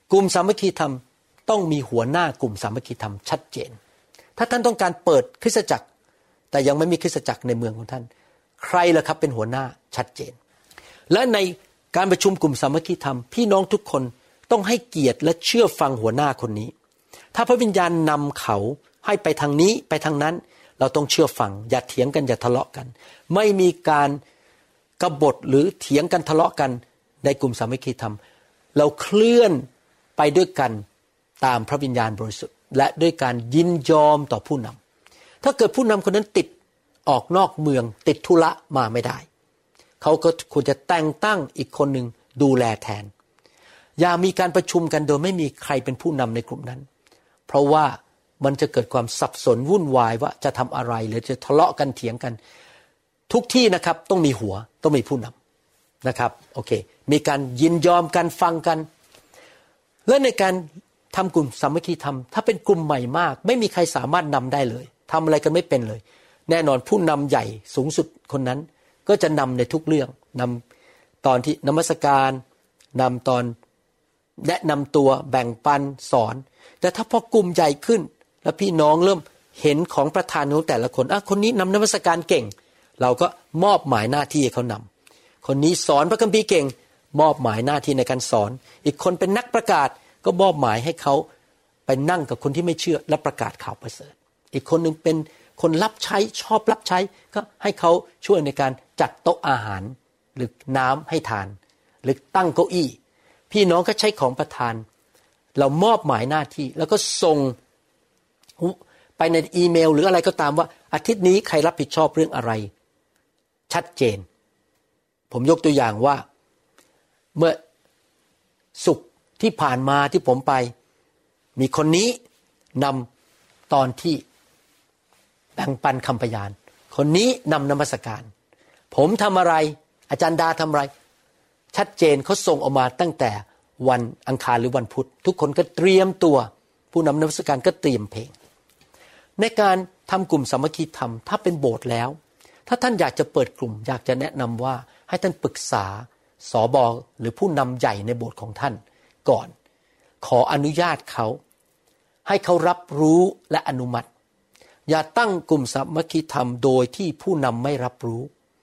กลุ่มสามัคคีธรรมต้องมีหัวหน้ากลุ่มสามัคคีธรรมชัดเจนถ้าท่านต้องการเปิดคริสตจักรแต่ยังไม่มีคริสตจักรในเมืองของท่านใครล่ะครับเป็นหัวหน้าชัดเจนและในการประชุมกลุ่มสามัคคีธรรมพี่น้องทุกคนต้องให้เกียรติและเชื่อฟังหัวหน้าคนนี้ถ้าพระวิญญาณนำเขาให้ไปทางนี้ไปทางนั้นเราต้องเชื่อฟังอย่าเถียงกันอย่าทะเลาะกันไม่มีการกบฏหรือเถียงกันทะเลาะกันในกลุ่มสามัคคีธรรมเราเคลื่อนไปด้วยกันตามพระวิญญาณบริสุทธิ์และด้วยการยินยอมต่อผู้นำถ้าเกิดผู้นำคนนั้นติดออกนอกเมืองติดธุระมาไม่ได้เขาก็ควรจะแต่งตั้งอีกคนหนึ่งดูแลแทนอย่ามีการประชุมกันโดยไม่มีใครเป็นผู้นำในกลุ่มนั้นเพราะว่ามันจะเกิดความสับสนวุ่นวายว่าจะทำอะไรหรือจะทะเลาะกันเถียงกันทุกที่นะครับต้องมีหัวต้องมีผู้นำนะครับโอเคมีการยินยอมกันฟังกันและในการทำกลุ่มสามัคคีธรรมถ้าเป็นกลุ่มใหม่มากไม่มีใครสามารถนำได้เลยทำอะไรกันไม่เป็นเลยแน่นอนผู้นำใหญ่สูงสุดคนนั้นก็จะนำในทุกเรื่องนำตอนที่นมัสการนำตอนแนะนำตัวแบ่งปันสอนแต่ถ้าพอกลุ่มใหญ่ขึ้นแล้วพี่น้องเริ่มเห็นของประธานของแต่ละคนอ่ะคนนี้นำนมัสการเก่งเราก็มอบหมายหน้าที่ให้เขานำคนนี้สอนพระคัมภีร์เก่งมอบหมายหน้าที่ในการสอนอีกคนเป็นนักประกาศก็มอบหมายให้เขาไปนั่งกับคนที่ไม่เชื่อและประกาศข่าวประเสริฐอีกคนนึงเป็นคนรับใช้ชอบรับใช้ก็ให้เขาช่วยในการจัดโต๊ะอาหารหรือน้ำให้ทานหรือตั้งเก้าอี้พี่น้องก็ใช้ของประทานเรามอบหมายหน้าที่แล้วก็ส่งไปในอีเมลหรืออะไรก็ตามว่าอาทิตย์นี้ใครรับผิดชอบเรื่องอะไรชัดเจนผมยกตัวอย่างว่าเมื่อศุกร์ที่ผ่านมาที่ผมไปมีคนนี้นำตอนที่แบ่งปันคำพยานคนนี้นำนมัสการผมทำอะไรอาจารย์ดาทำอะไรชัดเจนเขาส่งออกมาตั้งแต่วันอังคารหรือวันพุธทุกคนก็เตรียมตัวผู้นำนมัสการก็เตรียมเพลงในการทำกลุ่มสามัคคีธรรมถ้าเป็นโบสถ์แล้วถ้าท่านอยากจะเปิดกลุ่มอยากจะแนะนำว่าให้ท่านปรึกษาสบหรือผู้นำใหญ่ในโบสถ์ของท่านก่อนขออนุญาตเขาให้เขารับรู้และอนุมัติอย่าตั้งกลุ่มสามัคคีธรรมโดยที่ผู้นำไม่รับรู้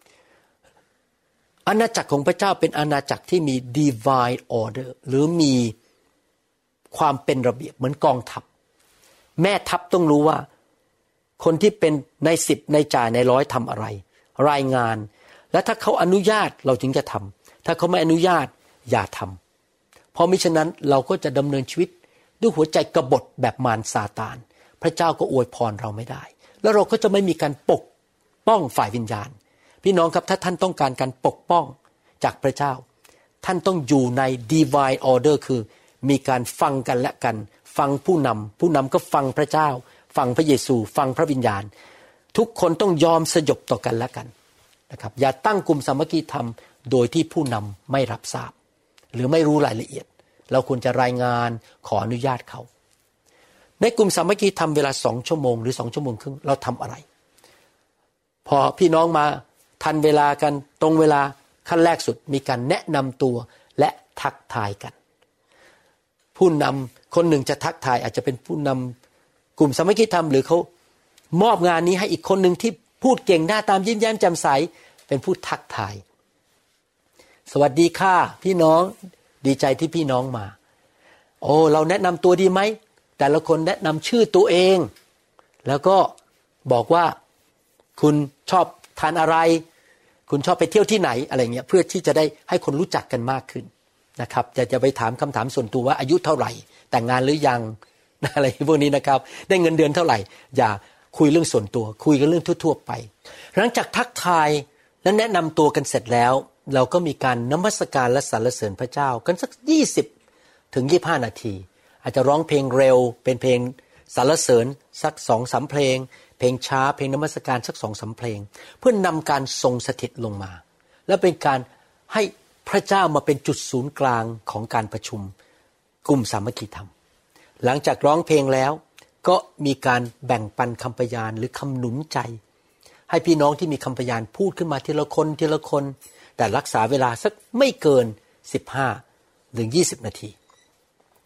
อาณาจักรของพระเจ้าเป็นอาณาจักรที่มี divine order หรือมีความเป็นระเบียบเหมือนกองทัพแม่ทัพต้องรู้ว่าคนที่เป็นในสิบในจ่ายในร้อยทำอะไรรายงานและถ้าเขาอนุญาตเราจึงจะทำถ้าเขาไม่อนุญาตอย่าทำเพราะมิฉะนั้นเราก็จะดำเนินชีวิตด้วยหัวใจกบฏแบบมารซาตานพระเจ้าก็อวยพรเราไม่ได้แล้วเราก็จะไม่มีการปกป้องฝ่ายวิญญาณพี่น้องครับถ้าท่านต้องการการปกป้องจากพระเจ้าท่านต้องอยู่ใน divine order คือมีการฟังกันและกันฟังผู้นำผู้นำก็ฟังพระเจ้าฟังพระเยซูฟังพระวิญญาณทุกคนต้องยอมสยบต่อกันและกันนะครับอย่าตั้งกลุ่มสามัคคีธรรมโดยที่ผู้นำไม่รับทราบหรือไม่รู้รายละเอียดเราควรจะรายงานขออนุญาตเขาในกลุ่มสามัคคีธรรมเวลาสองชั่วโมงหรือสองชั่วโมงครึ่งเราทำอะไรพอพี่น้องมาทันเวลากันตรงเวลาขั้นแรกสุดมีการแนะนำตัวและทักทายกันผู้นำคนหนึ่งจะทักทายอาจจะเป็นผู้นำกลุ่มสามัคคีธรรมหรือเขามอบงานนี้ให้อีกคนหนึ่งที่พูดเก่งหน้าตามยิ้มแย้มแจ่มใสเป็นผู้ทักทายสวัสดีค่ะพี่น้องดีใจที่พี่น้องมาโอ้เราแนะนำตัวดีไหมแต่ละคนแนะนำชื่อตัวเองแล้วก็บอกว่าคุณชอบทานอะไรคุณชอบไปเที่ยวที่ไหนอะไรเงี้ยเพื่อที่จะได้ให้คนรู้จักกันมากขึ้นนะครับจะจะไปถามคำถามส่วนตัวว่าอายุเท่าไหร่แต่งงานหรือยังอะไรพวกนี้นะครับได้เงินเดือนเท่าไหร่อย่าคุยเรื่องส่วนตัวคุยกันเรื่องทั่วๆไปหลังจากทักทายและแนะนำตัวกันเสร็จแล้วเราก็มีการนมัสการและสรรเสริญพระเจ้ากันสักยี่สิบถึงยี่สิบห้านาทีอาจจะร้องเพลงเร็วเป็นเพลงสรรเสริญสัก สองถึงสาม เพลงเพลงช้าเพลงนมัสการสัก สองถึงสาม เพลงเพื่อนนำการทรงสถิตลงมาและเป็นการให้พระเจ้ามาเป็นจุดศูนย์กลางของการประชุมกลุ่มสามัคคีธรรมหลังจากร้องเพลงแล้วก็มีการแบ่งปันคำพยานหรือคำหนุนใจให้พี่น้องที่มีคำพยานพูดขึ้นมาทีละคนทีละคนแต่รักษาเวลาสักไม่เกินสิบห้าถึงยี่สิบนาที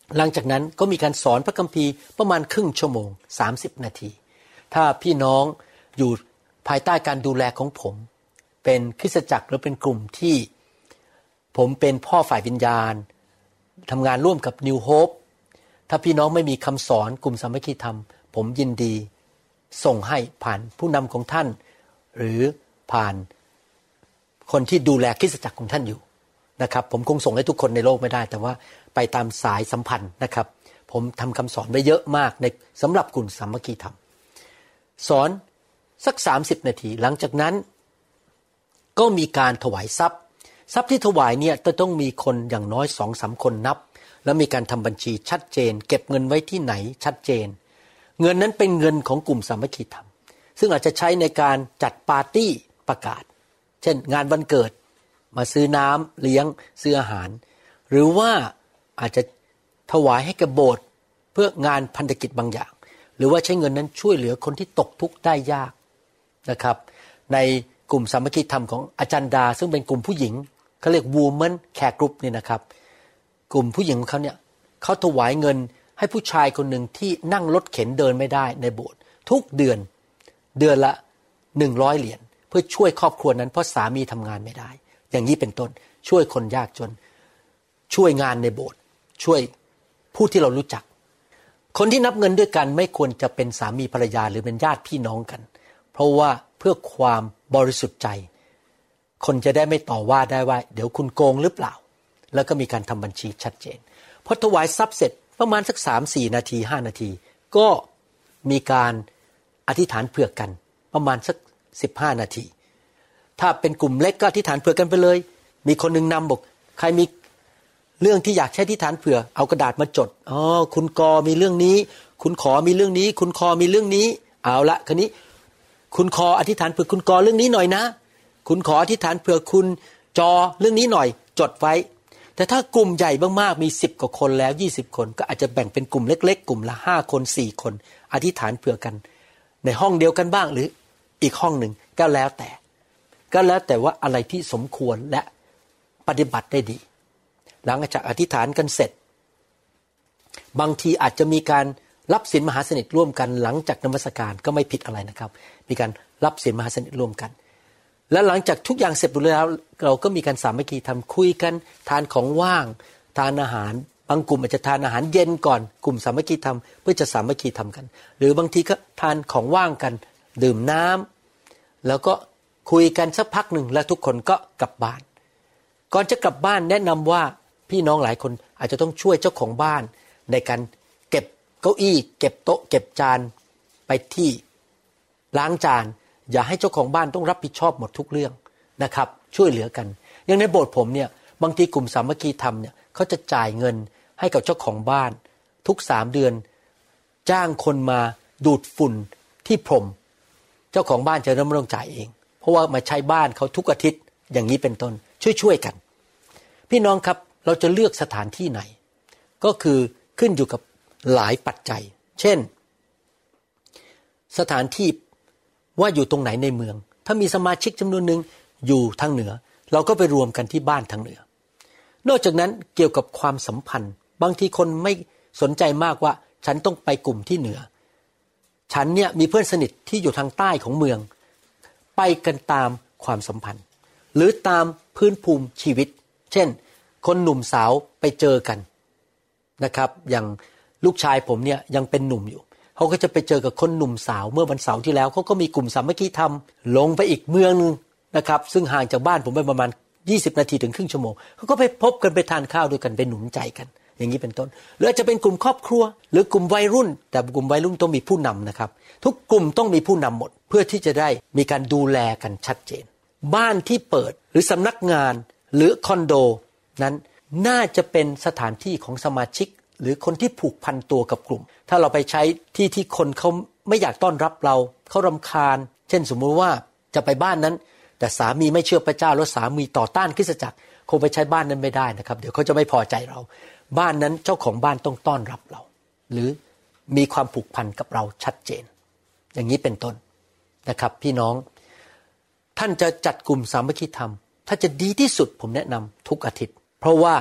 หลังจากนั้นก็มีการสอนพระคัมภีร์ประมาณครึ่งชั่วโมงสามสิบนาทีถ้าพี่น้องอยู่ภายใต้การดูแลของผมเป็นคริสตจักรหรือเป็นกลุ่มที่ผมเป็นพ่อฝ่ายวิญญาณทำงานร่วมกับ New Hope ถ้าพี่น้องไม่มีคำสอนกลุ่มสามัคคีธรรมผมยินดีส่งให้ผ่านผู้นำของท่านหรือผ่านคนที่ดูแลคริสตจักรของท่านอยู่นะครับผมคงส่งให้ทุกคนในโลกไม่ได้แต่ว่าไปตามสายสัมพันธ์นะครับผมทำคำสอนไว้เยอะมากในสำหรับกลุ่มสามัคคีธรรมสอนสักสามสิบนาทีหลังจากนั้นก็มีการถวายทรัพย์ทรัพย์ที่ถวายเนี่ยจะต้องมีคนอย่างน้อย สองถึงสาม คนนับแล้วมีการทำบัญชีชัดเจนเก็บเงินไว้ที่ไหนชัดเจนเงินนั้นเป็นเงินของกลุ่มสามัคคีธรรมซึ่งอาจจะใช้ในการจัดปาร์ตี้ประกาศเช่นงานวันเกิดมาซื้อน้ำเลี้ยงซื้ออาหารหรือว่าอาจจะถวายให้กับโบสถ์เพื่องานพันธกิจบางอย่างหรือว่าใช้เงินนั้นช่วยเหลือคนที่ตกทุกข์ได้ยากนะครับในกลุ่มสามัคคีธรรมของอาจารย์ดาซึ่งเป็นกลุ่มผู้หญิงเขาเรียก Women Care Group นี่นะครับกลุ่มผู้หญิงของเขาเนี่ยเขาถวายเงินให้ผู้ชายคนหนึ่งที่นั่งรถเข็นเดินไม่ได้ในโบสถ์ทุกเดือนเดือนละหนึ่งร้อยเหรียญเพื่อช่วยครอบครัวนั้นเพราะสามีทำงานไม่ได้อย่างนี้เป็นต้นช่วยคนยากจนช่วยงานในโบสถ์ช่วยผู้ที่เรารู้จักคนที่นับเงินด้วยกันไม่ควรจะเป็นสามีภรรยาหรือเป็นญาติพี่น้องกันเพราะว่าเพื่อความบริสุทธิ์ใจคนจะได้ไม่ต่อว่าได้ว่าเดี๋ยวคุณโกงหรือเปล่าแล้วก็มีการทำบัญชีชัดเจนพอถวายทรัพย์เสร็จประมาณสัก สามถึงสี่ นาทีห้านาทีก็มีการอธิษฐานเผื่อกันประมาณสักสิบห้านาทีถ้าเป็นกลุ่มเล็กก็อธิษฐานเผื่อกันไปเลยมีคนนึงนำบอกใครมีเรื่องที่อยากใช้อธิษฐานเผื่อเอากระดาษมาจดอ๋อคุณกอมีเรื่องนี้คุณขอมีเรื่องนี้คุณคอมีเรื่องนี้เอาละคราวนี้คุณคออธิษฐานเผื่อคุณกอเรื่องนี้หน่อยนะคุณขออธิษฐานเผื่อคุณจอเรื่องนี้หน่อยจดไว้แต่ถ้ากลุ่มใหญ่มากๆมีสิบกว่าคนแล้วยี่สิบคนก็อาจจะแบ่งเป็นกลุ่มเล็กๆกลุ่มละห้าคนสี่คนอธิษฐานเผื่อกันในห้องเดียวกันบ้างหรืออีกห้องนึงก็แล้วแต่ก็แล้วแต่ว่าอะไรที่สมควรและปฏิบัติได้ดีหลังจากอธิษฐานกันเสร็จบางทีอาจจะมีการรับศีลมหาสนิทร่วมกันหลังจากนมัสการก็ไม่ผิดอะไรนะครับมีการรับศีลมหาสนิทร่วมกันและหลังจากทุกอย่างเสร็จหมดแล้วเราก็มีการสามัคคีทำคุยกันทานของว่างทานอาหารบางกลุ่มอาจจะทานอาหารเย็นก่อนกลุ่มสามัคคีทำเพื่อจะสามัคคีทำกันหรือบางทีก็ทานของว่างกันดื่มน้ำแล้วก็คุยกันสักพักหนึ่งแล้วทุกคนก็กลับบ้านก่อนจะกลับบ้านแนะนำว่าพี่น้องหลายคนอาจจะต้องช่วยเจ้าของบ้านในการเก็บเก้าอี้เก็บโต๊ะเก็บจานไปที่ล้างจานอย่าให้เจ้าของบ้านต้องรับผิดชอบหมดทุกเรื่องนะครับช่วยเหลือกันอย่างในโบสถ์ผมเนี่ยบางทีกลุ่มสามัคคีธรรมเนี่ยเขาจะจ่ายเงินให้กับเจ้าของบ้านทุกสามเดือนจ้างคนมาดูดฝุ่นที่พรมเจ้าของบ้านจะเริ่มต้องจ่ายเองเพราะว่ามาใช้บ้านเขาทุกอาทิตย์อย่างนี้เป็นต้นช่วยๆกันพี่น้องครับเราจะเลือกสถานที่ไหนก็คือขึ้นอยู่กับหลายปัจจัยเช่นสถานที่ว่าอยู่ตรงไหนในเมืองถ้ามีสมาชิกจำนวนหนึ่งอยู่ทางเหนือเราก็ไปรวมกันที่บ้านทางเหนือนอกจากนั้นเกี่ยวกับความสัมพันธ์บางทีคนไม่สนใจมากว่าฉันต้องไปกลุ่มที่เหนือฉันเนี่ยมีเพื่อนสนิทที่อยู่ทางใต้ของเมืองไปกันตามความสัมพันธ์หรือตามพื้นภูมิชีวิตเช่นคนหนุ่มสาวไปเจอกันนะครับอย่างลูกชายผมเนี่ยยังเป็นหนุ่มอยู่เขาก็จะไปเจอกับคนหนุ่มสาวเมื่อวันเสาร์ที่แล้วเขาก็มีกลุ่มสามัคคีธรรมลงไปอีกเมืองนึงนะครับซึ่งห่างจากบ้านผมไปประมาณยี่สิบนาทีถึงครึ่งชั่วโมงเขาก็ไปพบกันไปทานข้าวด้วยกันไปหนุนใจกันอย่างนี้เป็นต้นหรืออาจจะเป็นกลุ่มครอบครัวหรือกลุ่มวัยรุ่นแต่กลุ่มวัยรุ่นต้องมีผู้นำนะครับทุกกลุ่มต้องมีผู้นำหมดเพื่อที่จะได้มีการดูแลกันชัดเจนบ้านที่เปิดหรือสำนักงานหรือคอนโดนั้นน่าจะเป็นสถานที่ของสมาชิกหรือคนที่ผูกพันตัวกับกลุ่มถ้าเราไปใช้ที่ที่คนเขาไม่อยากต้อนรับเราเขารำคาญเช่นสมมุติว่าจะไปบ้านนั้นแต่สามีไม่เชื่อพระเจ้าแล้วสามีต่อต้านคริสตจักรคงไปใช้บ้านนั้นไม่ได้นะครับเดี๋ยวเขาจะไม่พอใจเราบ้านนั้นเจ้าของบ้านต้องต้อนรับเราหรือมีความผูกพันกับเราชัดเจนอย่างนี้เป็นต้นนะครับพี่น้องท่านจะจัดกลุ่มสามัคคีธรรมถ้าจะดีที่สุดผมแนะนำทุกอาทิตย์เพราะว่าพ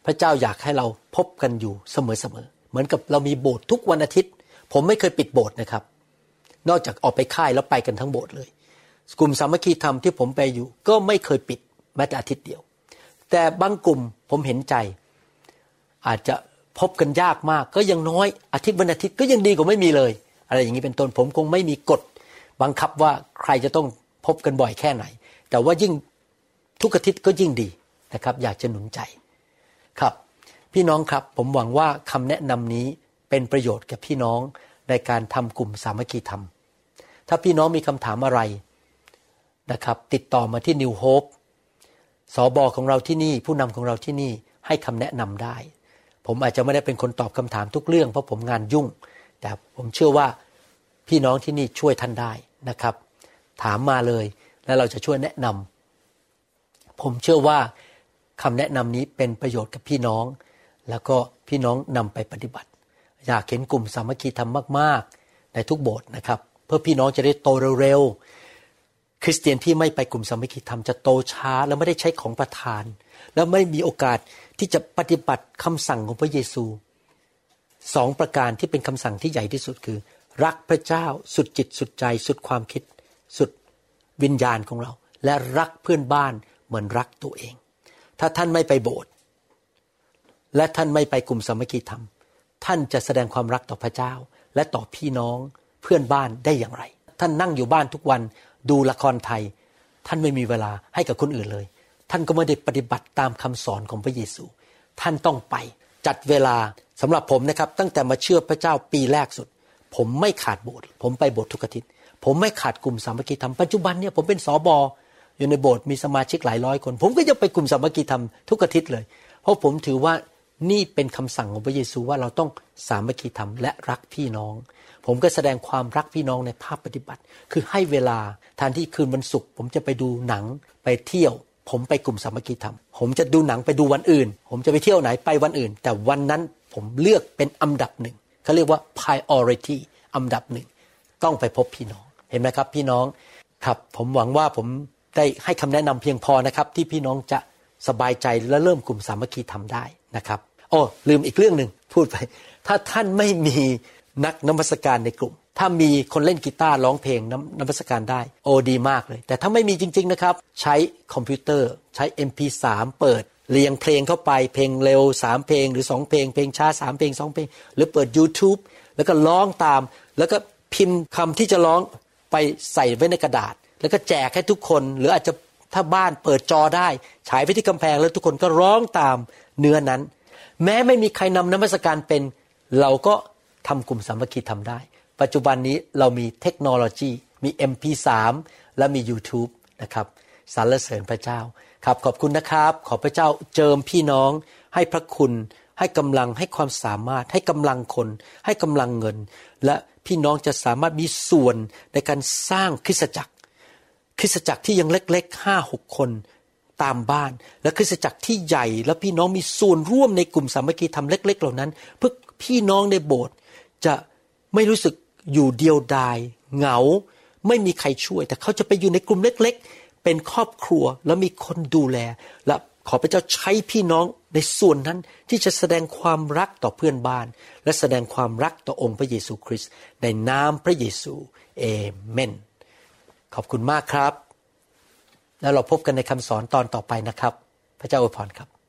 พระเจ้าอยากให้เราพบกันอยู่เสมอๆเหมือนกับเรามีโบสถ์ทุกวันอาทิตย์ผมไม่เคยปิดโบสถ์นะครับนอกจากออกไปค่ายแล้วไปกันทั้งโบสถ์เลยกลุ่มสามัคคีธรรมที่ผมไปอยู่ก็ไม่เคยปิดแม้แต่อาทิตย์เดียวแต่บางกลุ่มผมเห็นใจอาจจะพบกันยากมากก็ยังน้อยอาทิตย์วันอาทิตย์ก็ยังดีกว่าไม่มีเลยอะไรอย่างนี้เป็นต้นผมคงไม่มีกฎบังคับว่าใครจะต้องพบกันบ่อยแค่ไหนแต่ว่ายิ่งทุกอาทิตย์ก็ยิ่งดีนะครับอยากจะหนุนใจครับพี่น้องครับผมหวังว่าคำแนะนำนี้เป็นประโยชน์กับพี่น้องในการทำกลุ่มสามัคคีธรรมถ้าพี่น้องมีคำถามอะไรนะครับติดต่อมาที่ New Hope สบของเราที่นี่ผู้นำของเราที่นี่ให้คำแนะนำได้ผมอาจจะไม่ได้เป็นคนตอบคำถามทุกเรื่องเพราะผมงานยุ่งแต่ผมเชื่อว่าพี่น้องที่นี่ช่วยท่านได้นะครับถามมาเลยแล้วเราจะช่วยแนะนำผมเชื่อว่าคำแนะนำนี้เป็นประโยชน์กับพี่น้องแล้วก็พี่น้องนำไปปฏิบัติอยากเห็นกลุ่มสามัคคีธรรมมากๆในทุกโบสถ์นะครับเพื่อพี่น้องจะได้โตเร็วๆคริสเตียนที่ไม่ไปกลุ่มสามัคคีธรรมจะโตช้าและไม่ได้ใช้ของประทานแล้วไม่มีโอกาสที่จะปฏิบัติคำสั่งของพระเยซูสองประการที่เป็นคำสั่งที่ใหญ่ที่สุดคือรักพระเจ้าสุดจิตสุดใจสุดความคิดสุดวิญญาณของเราและรักเพื่อนบ้านเหมือนรักตัวเองถ้าท่านไม่ไปโบสถ์และท่านไม่ไปกลุ่มสามัคคีธรรมท่านจะแสดงความรักต่อพระเจ้าและต่อพี่น้องเพื่อนบ้านได้อย่างไรท่านนั่งอยู่บ้านทุกวันดูละครไทยท่านไม่มีเวลาให้กับคนอื่นเลยท่านก็ไม่ได้ปฏิบัติตามคำสอนของพระเยซูท่านต้องไปจัดเวลาสำหรับผมนะครับตั้งแต่มาเชื่อพระเจ้าปีแรกสุดผมไม่ขาดโบสถ์ผมไปโบสถ์ทุกอาทิตย์ผมไม่ขาดกลุ่มสามัคคีธรรมปัจจุบันเนี่ยผมเป็นสบอยู่ในโบสถ์มีสมาชิกหลายร้อยคนผมก็ยังไปกลุ่มสามัคคีธรรมทุกอาทิตย์เลยเพราะผมถือว่านี่เป็นคำสั่งของพระเยซูว่าเราต้องสามัคคีธรรมและรักพี่น้องผมก็แสดงความรักพี่น้องในภาคปฏิบัติคือให้เวลาแทนที่คืนวันศุกร์ผมจะไปดูหนังไปเที่ยวผมไปกลุ่มสามัคคีธรรมผมจะดูหนังไปดูวันอื่นผมจะไปเที่ยวไหนไปวันอื่นแต่วันนั้นผมเลือกเป็นอันดับหนึ่งเขาเรียกว่า priority อันดับหนึ่งต้องไปพบพี่น้องเห็นไหมครับพี่น้องครับผมหวังว่าผมได้ให้คำแนะนำเพียงพอนะครับที่พี่น้องจะสบายใจและเริ่มกลุ่มสามัคคีธรรมได้นะครับโอ้ลืมอีกเรื่องนึงพูดไปถ้าท่านไม่มีนักนมัสการในกลุ่มถ้ามีคนเล่นกีตาร์ร้องเพลงนมัสการได้โอ้ดีมากเลยแต่ถ้าไม่มีจริงๆนะครับใช้คอมพิวเตอร์ใช้ เอ็ม พี สาม เปิดเรียงเพลงเข้าไปเพลงเร็วสามเพลงหรือสองเพลงเพลงช้าสามเพลงสองเพลงหรือเปิด YouTube แล้วก็ร้องตามแล้วก็พิมพ์คำที่จะร้องไปใส่ไว้ในกระดาษแล้วก็แจกให้ทุกคนหรืออาจจะถ้าบ้านเปิดจอได้ฉายไปที่กำแพงแล้วทุกคนก็ร้องตามเนื้อนั้นแม้ไม่มีใครนำนมัสการเป็นเราก็ทำกลุ่มสามัคคีทำได้ปัจจุบันนี้เรามีเทคโนโลยีมี เอ็ม พี สาม และมี YouTube นะครับสรรเสริญพระเจ้าครับขอบคุณนะครับขอพระเจ้าเจิมพี่น้องให้พระคุณให้กำลังให้ความสามารถให้กำลังคนให้กำลังเงินและพี่น้องจะสามารถมีส่วนในการสร้างคริสตจักรคริสตจักรที่ยังเล็กๆ ห้าหก คนตามบ้านและคริสตจักรที่ใหญ่แล้วพี่น้องมีส่วนร่วมในกลุ่มสามัคคีธรรมเล็กๆเหล่านั้นเพื่อพี่น้องในโบสถ์จะไม่รู้สึกอยู่เดียวดายเหงาไม่มีใครช่วยแต่เขาจะไปอยู่ในกลุ่มเล็กๆเป็นครอบครัวแล้วมีคนดูแลและขอพระเจ้าใช้พี่น้องในส่วนนั้นที่จะแสดงความรักต่อเพื่อนบ้านและแสดงความรักต่อองค์พระเยซูคริสต์ในนามพระเยซูเอเมนขอบคุณมากครับแล้วเราพบกันในคำสอนตอนต่อไปนะครับพระเจ้าอวยพรครับ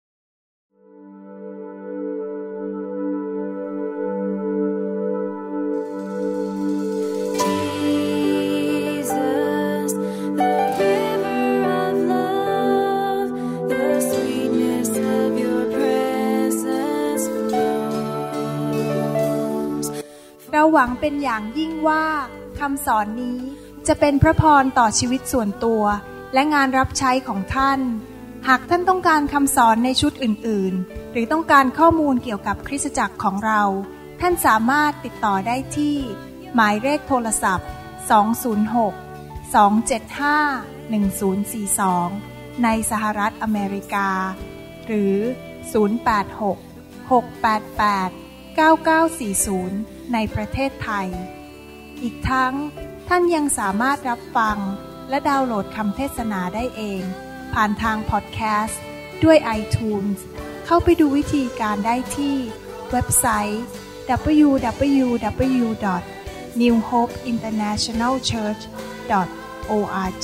เราหวังเป็นอย่างยิ่งว่าคำสอนนี้จะเป็นพระพรต่อชีวิตส่วนตัวและงานรับใช้ของท่านหากท่านต้องการคำสอนในชุดอื่นๆหรือต้องการข้อมูลเกี่ยวกับคริสตจักรของเราท่านสามารถติดต่อได้ที่หมายเลขโทรศัพท์สอง ศูนย์ หก สอง เจ็ด ห้า หนึ่ง ศูนย์ สี่ สองในสหรัฐอเมริกาหรือศูนย์ แปด หก หก แปด แปด เก้า เก้า สี่ ศูนย์ในประเทศไทยอีกทั้งท่านยังสามารถรับฟังและดาวน์โหลดคำเทศนาได้เองผ่านทางพอดแคสต์ด้วย ไอทูนส์เข้าไปดูวิธีการได้ที่เว็บไซต์ ดับเบิลยู ดับเบิลยู ดับเบิลยู ดอท นิว โฮป อินเตอร์เนชั่นแนล เชิร์ช ดอท โอ อาร์ จี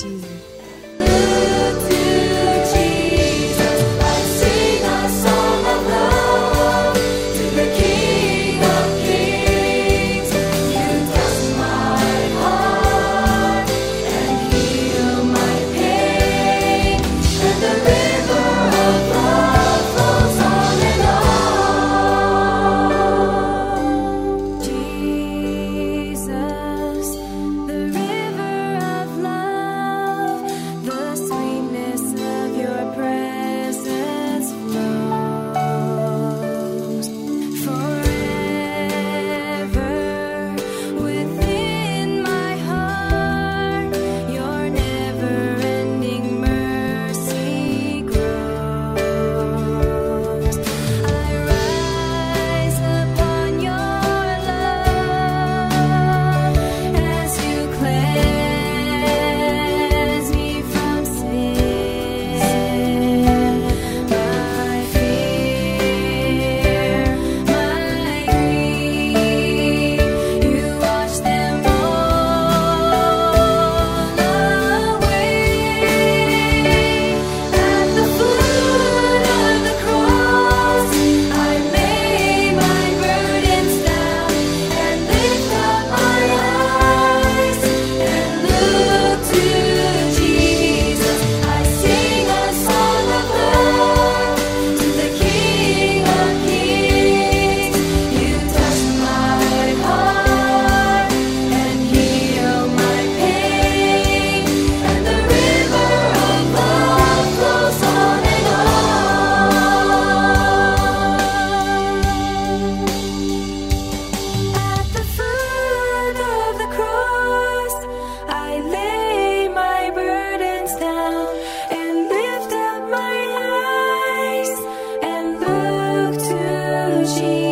Jesus